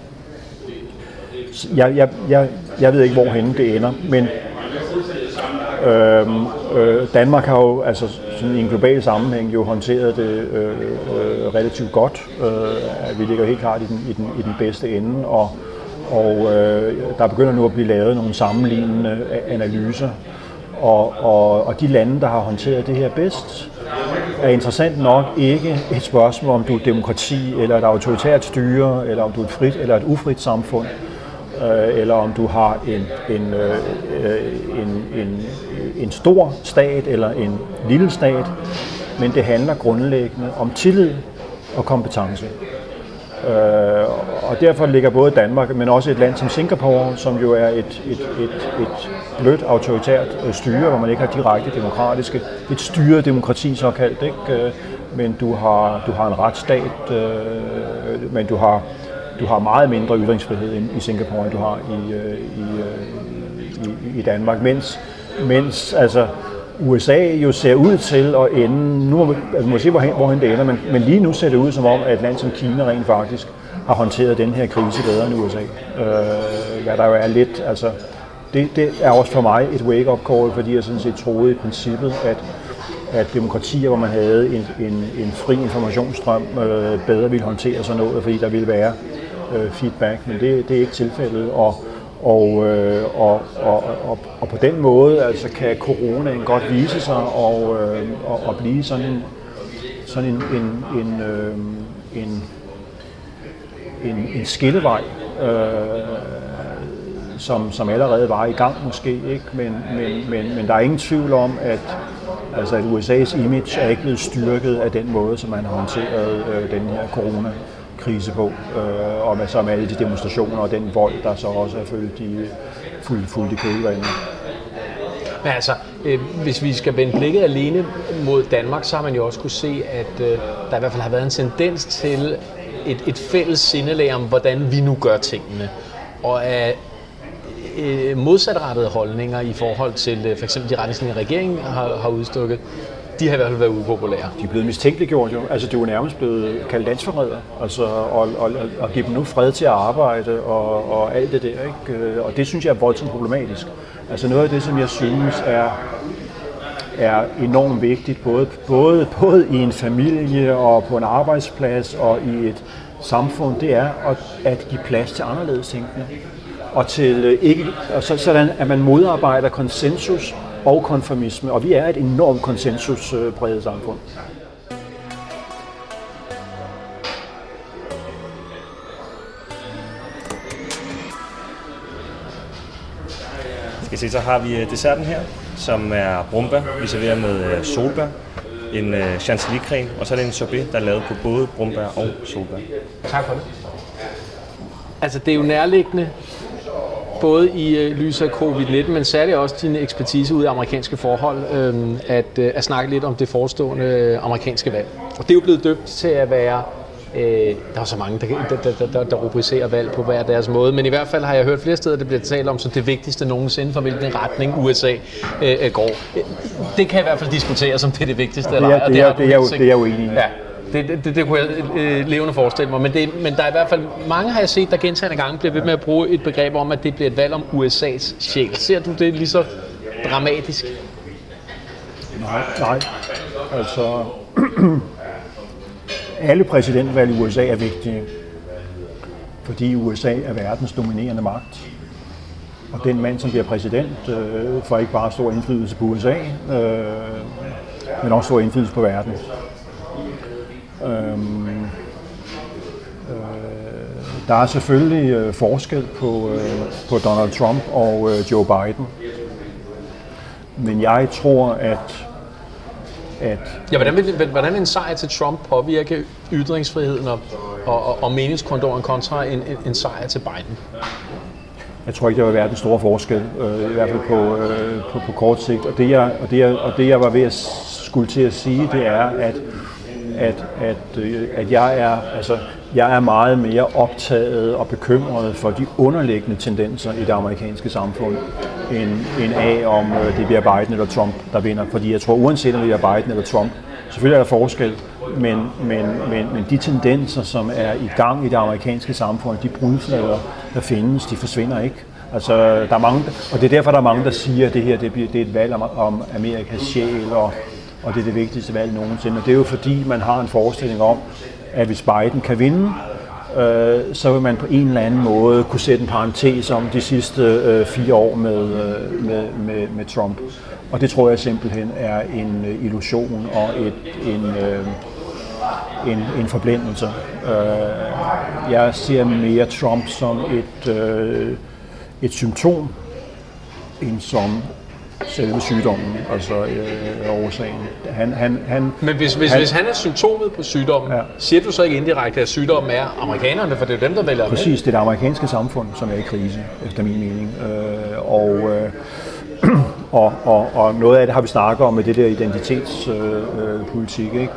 jeg jeg jeg jeg ved ikke hvorhenne det ender, men Øhm, øh, Danmark har jo altså sådan i en global sammenhæng jo håndteret det øh, øh, relativt godt. Øh, vi ligger helt klart i den, i den, i den bedste ende, og, og øh, der begynder nu at blive lavet nogle sammenlignende analyser. Og, og, og de lande, der har håndteret det her bedst, er interessant nok ikke et spørgsmål, om du er et demokrati, eller et autoritært styre, eller om du er et frit eller et ufrit samfund, øh, eller om du har en, en, øh, en, en, en stor stat eller en lille stat, men det handler grundlæggende om tillid og kompetence. Øh, og derfor ligger både Danmark, men også et land som Singapore, som jo er et, et, et, et blødt autoritært styre, hvor man ikke har direkte demokratiske, et styret demokrati såkaldt, ikke? Men du har, du har en retsstat, øh, men du har, du har meget mindre ytringsfrihed i Singapore, end du har i, i, i, i Danmark, mens, mens altså, U S A jo ser ud til at ende, nu må vi, altså, må se, hvorhen, hvorhen det ender, men, men lige nu ser det ud som om, at et land som Kina rent faktisk har håndteret den her krise bedre end U S A. Øh, hvad der jo er lidt, altså, det, det er også for mig et wake-up call, fordi jeg sådan set troede i princippet, at, at demokratier, hvor man havde en, en, en fri informationsstrøm, øh, bedre ville håndtere sådan noget, fordi der ville være øh, feedback, men det, det er ikke tilfældet. Og Og, øh, og, og, og, og på den måde altså, kan coronaen godt vise sig og, øh, og, og blive sådan en, sådan en, en, en, øh, en, en, en skillevej, øh, som, som allerede var i gang måske, ikke? Men, men, men, men der er ingen tvivl om, at, altså, at U S A's image er ikke blevet styrket af den måde, som man har håndteret øh, den her corona krise på, øh, og med så med alle de demonstrationer og den vold, der så også er fulgt i, fuldt, fuldt i kølvandet. Men altså, øh, hvis vi skal vende blikket alene mod Danmark, så har man jo også kunne se, at øh, der i hvert fald har været en tendens til et, et fælles sindelag om, hvordan vi nu gør tingene. Og af øh, modsatrettede holdninger i forhold til øh, for eksempel de retningslinjer, regeringen har, har udstukket, de har i hvert fald været upopulære. De er blevet mistænkeliggjort jo. Altså, det er jo nærmest blevet kaldt landsforræder. Altså, og, og, og give dem nu fred til at arbejde og, og alt det der, ikke? Og det synes jeg er voldsomt problematisk. Altså, noget af det, som jeg synes er, er enormt vigtigt, både, både, både i en familie og på en arbejdsplads og i et samfund, det er at, at give plads til anderledes tænkende. Og til ikke, og så, sådan, at man modarbejder konsensus og konformisme, og vi er et enormt konsensuspræget samfund. Skal se, så har vi desserten her, som er brumbær, vi serverer med solbær, en chantilly-creme, og så er det en sorbet, der er lavet på både brumbær og solbær. Tak for det. Altså, det er jo nærliggende, både i øh, lyset af covid nitten, men særligt også din ekspertise ude af amerikanske forhold, øh, at, øh, at snakke lidt om det forestående øh, amerikanske valg. Og det er jo blevet døbt til at være, øh, der er så mange, der, der, der, der, der rubricerer valg på hver deres måde, men i hvert fald har jeg hørt flere steder, at det bliver talt om som det vigtigste nogensinde, for hvilken retning U S A øh, går. Det kan i hvert fald diskuteres, om det er det vigtigste eller ej. Det, det, det, det, er jo, det er jo enig i. Ja. Det, det, det, det kunne jeg øh, levende forestille mig, men, det, men der er i hvert fald mange, har jeg set, der gentagne gange bliver ved med at bruge et begreb om, at det bliver et valg om U S A's sjæl. Ser du det lige så dramatisk? Nej, nej. Altså, alle præsidentvalg i U S A er vigtige, fordi U S A er verdens dominerende magt. Og den mand, som bliver præsident, øh, får ikke bare stor indflydelse på U S A, øh, men også stor indflydelse på verden. Øhm, øh, der er selvfølgelig øh, forskel på, øh, på Donald Trump og øh, Joe Biden, men jeg tror, at, at ja, hvordan vil, hvordan vil en sejr til Trump påvirke ytringsfriheden og, og, og meningskorridoren kontra en, en, en sejr til Biden? Jeg tror ikke, der vil være den store forskel, øh, i hvert fald på, øh, på, på kort sigt. Og det, jeg, og, det, jeg, og det, jeg var ved at skulle til at sige, det er, at At, at, at jeg, er, altså, jeg er meget mere optaget og bekymret for de underliggende tendenser i det amerikanske samfund, end, end af om det bliver Biden eller Trump, der vinder. Fordi jeg tror, uanset om det bliver Biden eller Trump, selvfølgelig er der forskel, men, men, men, men de tendenser, som er i gang i det amerikanske samfund, de brudflader, der findes, de forsvinder ikke. Altså, der er mange, og det er derfor, der er mange, der siger, at det her det bliver, det er et valg om, om Amerikas sjæl, og, og det er det vigtigste valg nogensinde. Og det er jo fordi, man har en forestilling om, at hvis Biden kan vinde, øh, så vil man på en eller anden måde kunne sætte en parentes om de sidste øh, fire år med, øh, med, med, med Trump. Og det tror jeg simpelthen er en øh, illusion og et, en, øh, en, en forblændelse. Øh, jeg ser mere Trump som et, øh, et symptom, end som selve sygdommen, altså øh, årsagen. Han, han, han, Men hvis, hvis, han, hvis han er symptomet på sygdommen, ja. Siger du så ikke indirekte, at sygdommen er amerikanerne, for det er dem, der vælger Præcis, med? Det er det amerikanske samfund, som er i krise, efter min mening. Øh, og, øh, og, og, og noget af det har vi snakket om med det der identitetspolitik. Øh, ikke?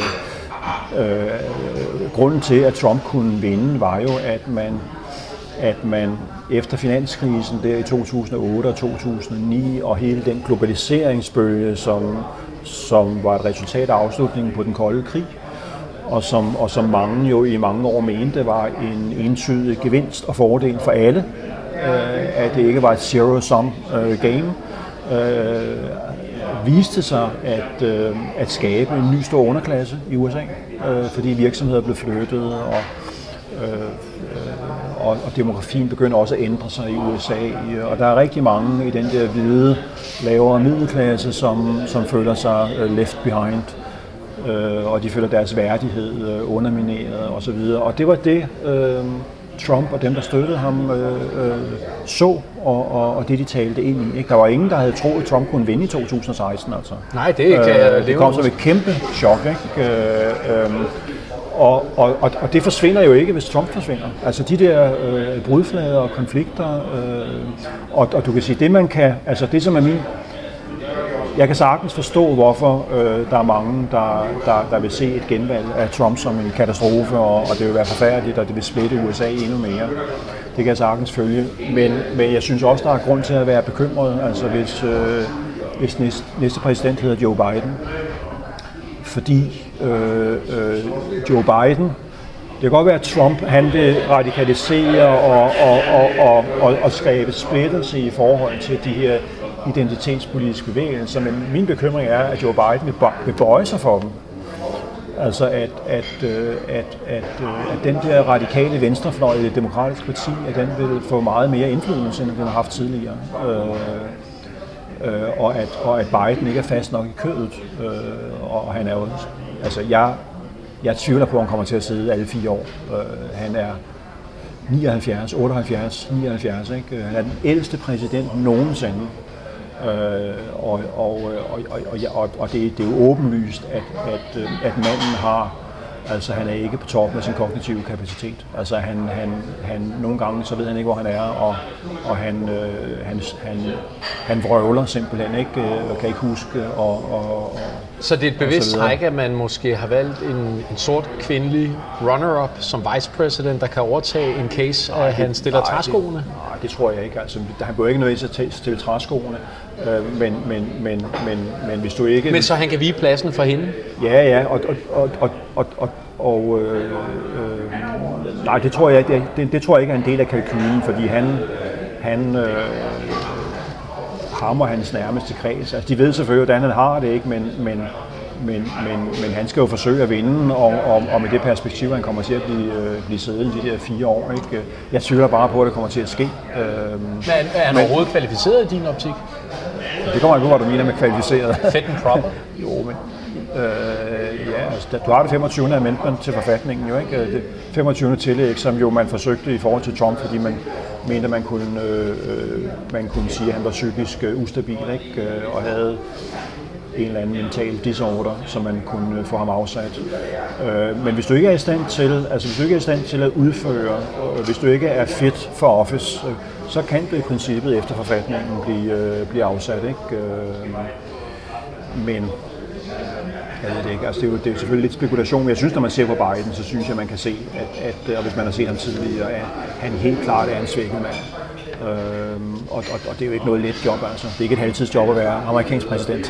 Øh, øh, grunden til, at Trump kunne vinde, var jo, at man at man efter finanskrisen der i to tusind og otte og to tusind og ni og hele den globaliseringsbølge, som, som var et resultat af afslutningen på den kolde krig, og som, og som mange jo i mange år mente var en entydig gevinst og fordel for alle, øh, at det ikke var et zero-sum øh, game, øh, viste sig at, øh, at skabe en ny stor underklasse i U S A, øh, fordi virksomheder blev flyttet, og øh, Og, og demografien begynder også at ændre sig i U S A, og der er rigtig mange i den der hvide, lavere middelklasse, som, som føler sig left behind, øh, og de føler deres værdighed undermineret osv. Og det var det, øh, Trump og dem, der støttede ham, øh, øh, så, og, og, og det de talte ind i. Ikke? Der var ingen, der havde troet, at Trump kunne vinde i to tusind og seksten. Altså. Nej, det kan jeg. Øh, det kom som et kæmpe chok. Ikke? Øh, øh, Og, og, og det forsvinder jo ikke, hvis Trump forsvinder. Altså de der øh, brudflader og konflikter, øh, og, og du kan sige, det man kan, altså det som er min, jeg kan sagtens forstå, hvorfor øh, der er mange, der, der, der vil se et genvalg af Trump som en katastrofe, og, og det vil være forfærdeligt, og det vil splitte U S A endnu mere. Det kan jeg sagtens følge, men, men jeg synes også, der er grund til at være bekymret, altså hvis, øh, hvis næste, næste præsident hedder Joe Biden. Fordi øh, øh, Joe Biden, det kan godt være, at Trump han vil radikalisere og, og, og, og, og, og skabe splittelse i forhold til de her identitetspolitiske bevægelser, men min bekymring er, at Joe Biden vil, vil bøje sig for dem. Altså at, at, at, at, at den der radikale venstrefløj i det demokratiske parti, at den vil få meget mere indflydelse, end den har haft tidligere. Øh, Øh, og, at, og at Biden ikke er fast nok i kødet, øh, og han er jo, altså jeg, jeg tvivler på, at han kommer til at sidde alle fire år. Øh, han er nioghalvfjerds, otteoghalvfjerds, nioghalvfjerds, ikke? Han er den ældste præsident nogensinde, øh, og, og, og, og, og, og det, det er jo åbenlyst, at, at, at manden har, altså han er ikke på toppen af sin kognitive kapacitet. Altså han, han, han nogle gange så ved han ikke, hvor han er, og, og han, øh, han, han, han vrøvler simpelthen ikke, og kan ikke huske. Og, og, og, så det er et bevidst træk, at man måske har valgt en, en sort kvindelig runner-up som vice-president, der kan overtage en case, at han stiller nej, træskoene? Det, nej, det tror jeg ikke. Altså, han bør ikke nødvendigvis at stille træskoene, øh, men, men, men, men, men hvis du ikke... Men så han kan vige pladsen for hende? Ja, ja, og, og, og, og, og, og øh, øh, nej, det tror jeg, det, det tror jeg ikke er en del af kalkylen, fordi han, han øh, hammer hans nærmeste kreds. Altså, de ved selvfølgelig, hvordan han har det, ikke, men, men, men, men, men han skal jo forsøge at vinde, og, og, og med det perspektiv, han kommer til at blive, øh, blive siddende de der fire år. Ikke? Jeg tvivler bare på, at det kommer til at ske. Øh, men er han men, overhovedet kvalificeret i din optik? Det kommer an på, hvad du mener med kvalificeret. Fit and proper? Jo, men... Øh, ja, altså, du har det femogtyvende amendment til forfatningen, jo ikke? Det femogtyvende tillæg, som jo man forsøgte i forhold til Trump, fordi man mente, man kunne, øh, man kunne sige, at han var psykisk øh, ustabil, ikke? Og havde en eller anden mental disorder, som man kunne få ham afsat. Øh, men hvis du ikke er i stand til, altså hvis du ikke er i stand til at udføre, øh, hvis du ikke er fit for office, øh, så kan det i princippet efter forfatningen blive, øh, blive afsat, ikke? Øh, men jeg ved det ikke. Altså, det, er jo, det er jo selvfølgelig lidt spekulation, men jeg synes, når man ser på Biden, så synes jeg, man kan se, at, at og hvis man har set ham tidligere, at han helt klart er en svækket mand. Øhm, og, og, og det er jo ikke noget let job, altså. Det er ikke et halvtidsjob at være amerikansk præsident.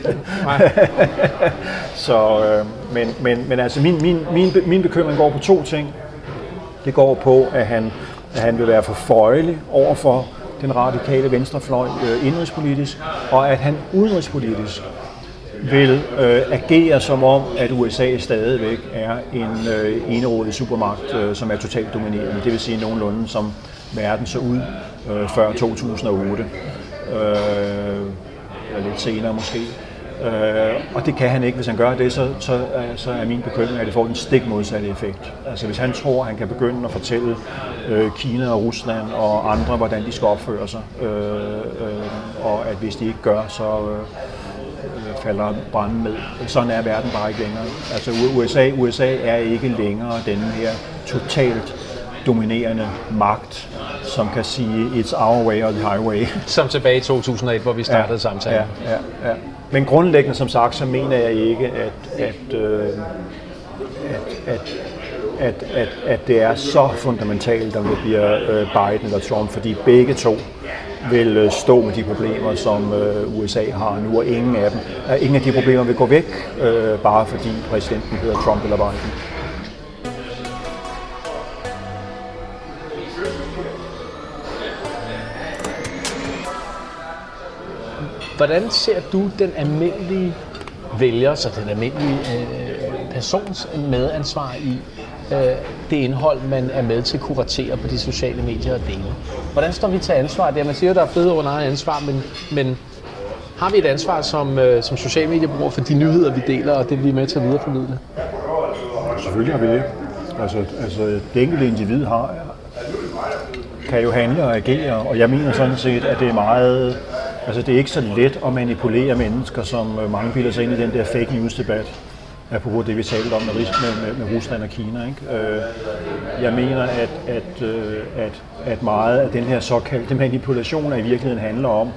så, øh, men, men, men altså, min, min, min, min bekymring går på to ting. Det går på, at han, at han vil være for føjelig over for den radikale venstrefløj øh, indrigspolitisk, og at han udenrigspolitisk vil øh, agere som om, at U S A stadigvæk er en øh, enerådig supermagt, øh, som er totalt dominerende. Det vil sige nogenlunde som verden så ud øh, før to tusind og otte, øh, eller lidt senere måske. Øh, og det kan han ikke. Hvis han gør det, så, så, så er min bekymring, at det får den stik modsatte effekt. Altså hvis han tror, at han kan begynde at fortælle øh, Kina og Rusland og andre, hvordan de skal opføre sig, øh, øh, og at hvis de ikke gør, så øh, falder branden med. Sådan er verden bare ikke længere. Altså U S A, U S A er ikke længere den her totalt dominerende magt, som kan sige, it's our way or the highway. Som tilbage i to tusind og et, hvor vi startede ja, samtalen. Ja, ja, ja. Men grundlæggende, som sagt, så mener jeg ikke, at, at, øh, at, at, at, at, at det er så fundamentalt, om det bliver øh, Biden eller Trump, fordi begge to vil øh, stå med de problemer, som øh, U S A har nu, og ingen af dem, øh, ingen af de problemer vil gå væk, øh, bare fordi præsidenten hedder Trump eller Biden. Hvordan ser du den almindelige vælger, så den almindelige øh, persons medansvar i øh, det indhold, man er med til at kuratere på de sociale medier og dele? Hvordan står vi til ansvar der? Man siger jo, der er fede under eget ansvar, men, men har vi et ansvar som, øh, som sociale mediebrugere for de nyheder, vi deler, og det vi er med til at videreformidle? Selvfølgelig har vi det. Altså, altså det enkelte individ har, kan jo handle og agere, og jeg mener sådan set, at det er meget... Altså det er ikke så let at manipulere mennesker, som mange bilder sig ind i den der fake news-debat, apropos det vi talte om med, med, med Rusland og Kina. Ikke? Jeg mener, at, at, at, at meget af den her såkaldte manipulation i virkeligheden handler om,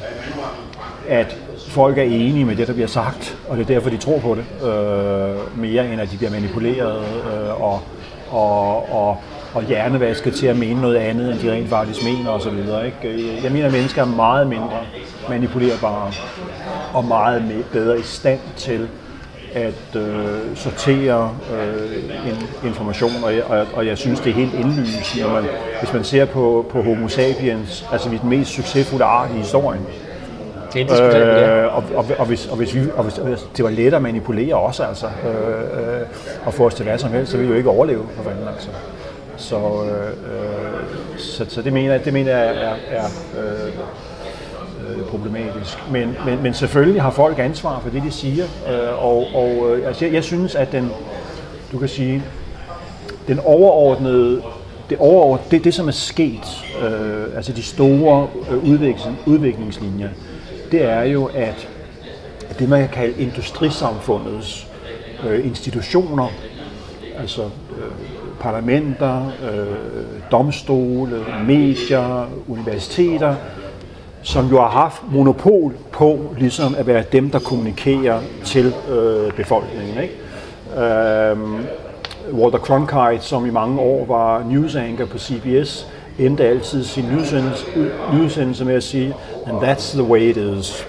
at folk er enige med det, der bliver sagt, og det er derfor, de tror på det, øh, mere end at de bliver manipuleret øh, og, og, og og hjernevasket til at mene noget andet, end de rent faktisk mener osv. Jeg mener, at mennesker er meget mindre manipulerbare og meget bedre i stand til at øh, sortere øh, in, information, og jeg, og, og jeg synes, det er helt indlysende, når man, hvis man ser på, på Homo sapiens, altså vi er den mest succesfulde art i historien. Det er øh, og, og, og, hvis, og, hvis vi, og hvis det var let at manipulere også, altså, øh, øh, og få os til hvad som helst, så ville vi jo ikke overleve for fanden, altså. Så, øh, så, så det mener jeg, det mener jeg er, er øh, øh, problematisk. Men, men, men selvfølgelig har folk ansvar for det, de siger. Øh, og og øh, altså jeg, jeg synes, at den, du kan sige, den overordnede, det, overordnede, det, det som er sket, øh, altså de store øh, udvikling, udviklingslinjer, det er jo, at det man kan kalde industrisamfundets øh, institutioner, altså øh, parlamenter, øh, domstole, medier, universiteter, som jo har haft monopol på ligesom at være dem, der kommunikerer til øh, befolkningen. Ikke? Øh, Walter Cronkite, som i mange år var newsanchor på C B S, endte altid sin nyhedsudsendelse med at sige, and that's the way it is.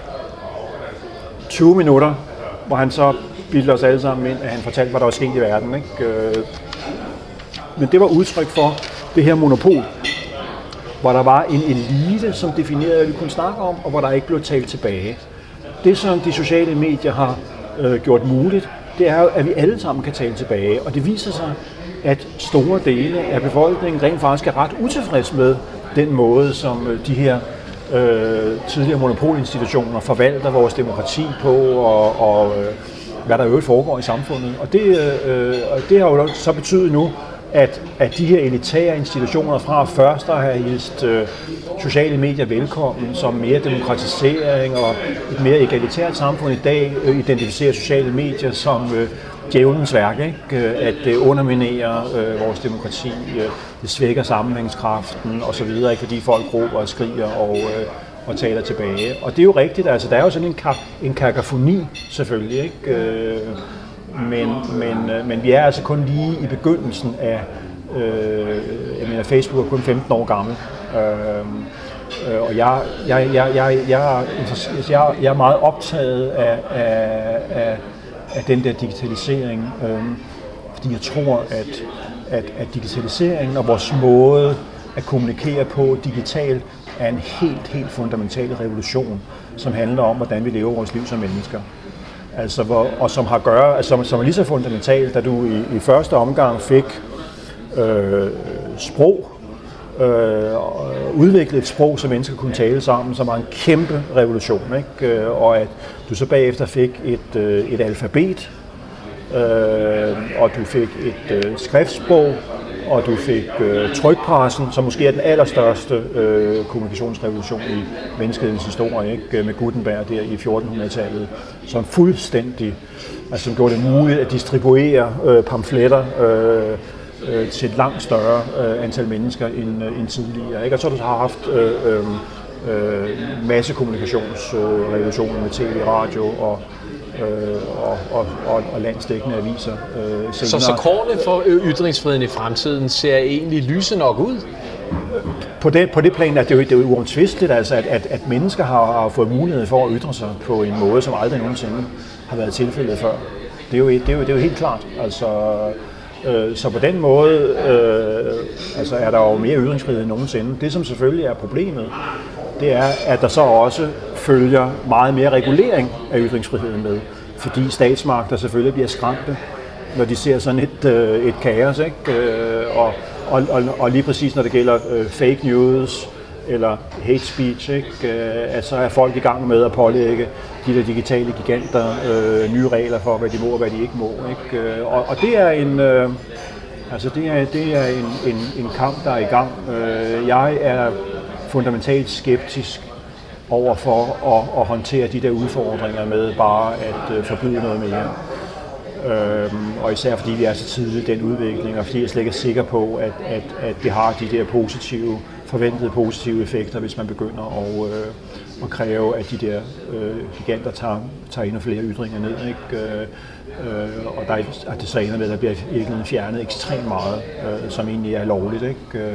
tyve minutter, hvor han så bildte os alle sammen ind, at han fortalte, hvad der var sket i verden. Ikke? Øh, Men det var udtryk for det her monopol, hvor der var en elite, som definerede, hvad vi kunne snakke om, og hvor der ikke blev talt tilbage. Det, som de sociale medier har øh, gjort muligt, det er jo, at vi alle sammen kan tale tilbage. Og det viser sig, at store dele af befolkningen rent faktisk er ret utilfreds med den måde, som de her øh, tidligere monopolinstitutioner forvalter vores demokrati på, og, og øh, hvad der øvrigt foregår i samfundet. Og det, øh, og det har jo så betydet nu, At, at de her elitære institutioner fra først at have hilst øh, sociale medier velkommen som mere demokratisering og et mere egalitært samfund i dag, øh, identificerer sociale medier som øh, djævelens værk, ikke? At det underminerer øh, vores demokrati, øh, det svækker sammenhængskraften osv., ikke? Fordi folk råber og skriger og, øh, og taler tilbage. Og det er jo rigtigt, altså der er jo sådan en, ka- en kakafoni selvfølgelig, ikke? Øh, Men, men, men vi er altså kun lige i begyndelsen af, øh, jeg mener, Facebook er kun femten år gammel, øh, og jeg, jeg, jeg, jeg, jeg, jeg, jeg er meget optaget af, af, af, af den der digitalisering, øh, fordi jeg tror, at, at, at digitaliseringen og vores måde at kommunikere på digitalt er en helt, helt fundamental revolution, som handler om, hvordan vi lever vores liv som mennesker. Altså, hvor, og som har gøre, altså, som, som er lige så fundamentalt, da du i, i første omgang fik øh, sprog, øh, udviklet et sprog, så mennesker kunne tale sammen, som var en kæmpe revolution, ikke? Og at du så bagefter fik et, øh, et alfabet, øh, og du fik et øh, skriftsprog, og du fik øh, trykpressen, som måske er den allerstørste øh, kommunikationsrevolution i menneskehedens historie, ikke? Med Gutenberg der i fjortenhundredetallet, som fuldstændig, altså som gjorde det muligt at distribuere øh, pamfletter øh, øh, til et langt større øh, antal mennesker end, øh, end tidligere, ikke? Og så har du haft øh, øh, massekommunikationsrevolutionen øh, med tv, radio og Øh, og, og, og, og landsdækkende aviser. Øh, så, så kårene for ytringsfriheden i fremtiden ser egentlig lyse nok ud? På det, på det plan er det jo, det er jo uomtvisteligt, altså, at, at, at mennesker har, har fået mulighed for at ytre sig på en måde, som aldrig nogensinde har været tilfældet før. Det er jo, det er jo, det er jo helt klart. Altså, øh, så på den måde øh, altså er der jo mere ytringsfrihed end nogensinde. Det, som selvfølgelig er problemet, det er, at der så også følger meget mere regulering af ytringsfriheden med, fordi statsmagter selvfølgelig bliver skræmte, når de ser sådan et, øh, et kaos, ikke? Øh, og, og, og, og lige præcis når det gælder øh, fake news eller hate speech, ikke? Øh, at så er folk i gang med at pålægge de der digitale giganter øh, nye regler for, hvad de må og hvad de ikke må, ikke? Øh, og, og det er en øh, altså det er, det er en, en, en kamp, der er i gang. Øh, jeg er fundamentalt skeptisk over for at, at håndtere de der udfordringer med bare at øh, forbyde noget mere. Øhm, og især fordi vi er så tidligt i den udvikling, og fordi jeg slet ikke er sikker på, at, at, at det har de der positive, forventede positive effekter, hvis man begynder at, øh, at kræve, at de der øh, giganter tager, tager endnu flere ytringer ned, ikke? Øh, og der er, at det så ender med, at der bliver virkelig fjernet ekstremt meget, øh, som egentlig er lovligt, ikke? Øh,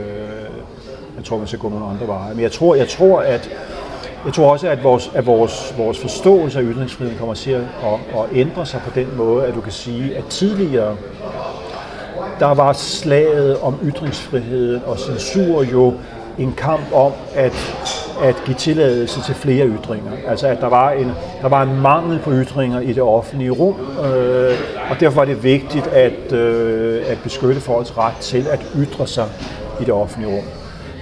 jeg tror, man skal gå nogle andre veje. Men jeg tror, jeg tror at Jeg tror også, at vores, at vores, vores forståelse af ytringsfriheden kommer til at, at, at ændre sig på den måde, at du kan sige, at tidligere, der var slaget om ytringsfriheden og censur jo en kamp om at, at give tilladelse til flere ytringer. Altså at der var en, der var en mangel på ytringer i det offentlige rum, øh, og derfor var det vigtigt at, øh, at beskytte folks ret til at ytre sig i det offentlige rum.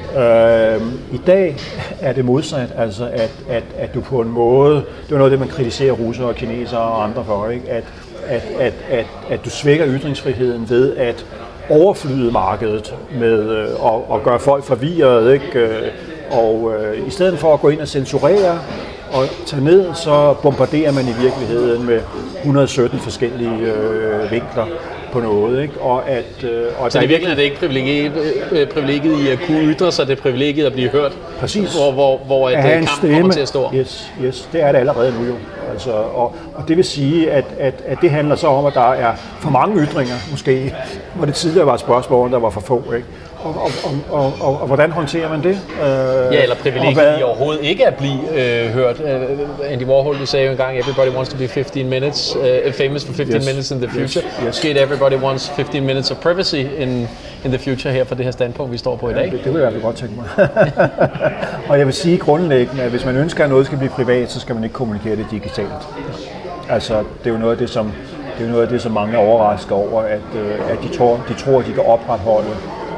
Øh, I dag er det modsat, altså at, at, at du på en måde, det er noget af det, man kritiserer russere og kinesere og andre for, ikke? At, at, at, at, at du svækker ytringsfriheden ved at overflyde markedet med øh, og, og gøre folk forvirret, ikke? Og øh, i stedet for at gå ind og censurere og tage ned, så bombarderer man i virkeligheden med et hundrede og sytten forskellige øh, vinkler på noget, ikke? Og at, øh, og så i virkeligheden er det ikke privilegiet, øh, privilegiet i at kunne ytre sig, det er privilegiet at blive hørt. Præcis. Hvor, hvor, hvor et kamp stemme kommer til at stå. Yes, yes, det er det allerede nu jo. Altså, og, og det vil sige, at, at, at det handler så om, at der er for mange ytringer, måske, hvor det tidligere var et spørgsmål, der var for få, ikke? Og, og, og, og, og, og hvordan håndterer man det? Øh, ja, eller privilegiet i overhovedet ikke at blive øh, hørt. Uh, Andy Warhol sagde jo engang, everybody wants to be fifteen minutes, uh, famous for fifteen yes. minutes in the future. Yes. Yes. Skete everybody wants fifteen minutes of privacy in, in the future her for det her standpunkt, vi står på i dag. Ja, det, det vil jeg godt tænke mig. Og jeg vil sige grundlæggende, at hvis man ønsker, at noget skal blive privat, så skal man ikke kommunikere det digitalt. Altså, det er jo noget af det, som, det er jo noget af det, som mange er overrasket over, at, øh, at de, tror, de tror, at de kan opretholde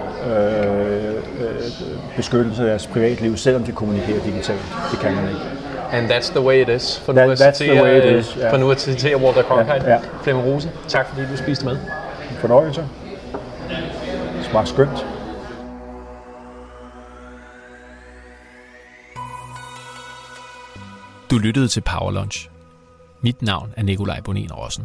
Øh, øh, beskyttelse af deres privatliv, selvom de kommunikerer digitalt. Det kan man ikke. And that's the way it is. For nu That, at citere, yeah. for nu at citere Walter Cronkite. Ja, ja. Flemming Rose, tak fordi du spiste med. En fornøjelse. Det smagte skønt. Du lyttede til Power Lunch. Mit navn er Nikolaj Bonin Rossen.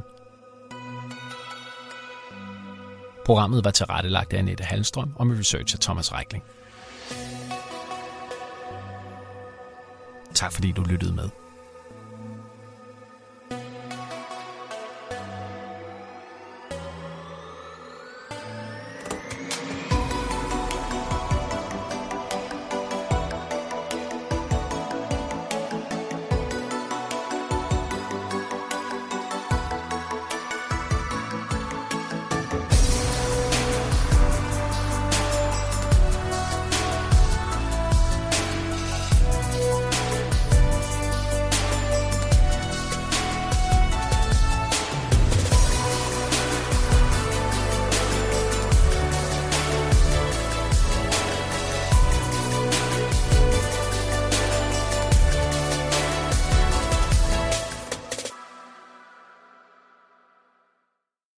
Programmet var tilrettelagt af Annette Halmstrøm og med research af Thomas Reikling. Tak fordi du lyttede med.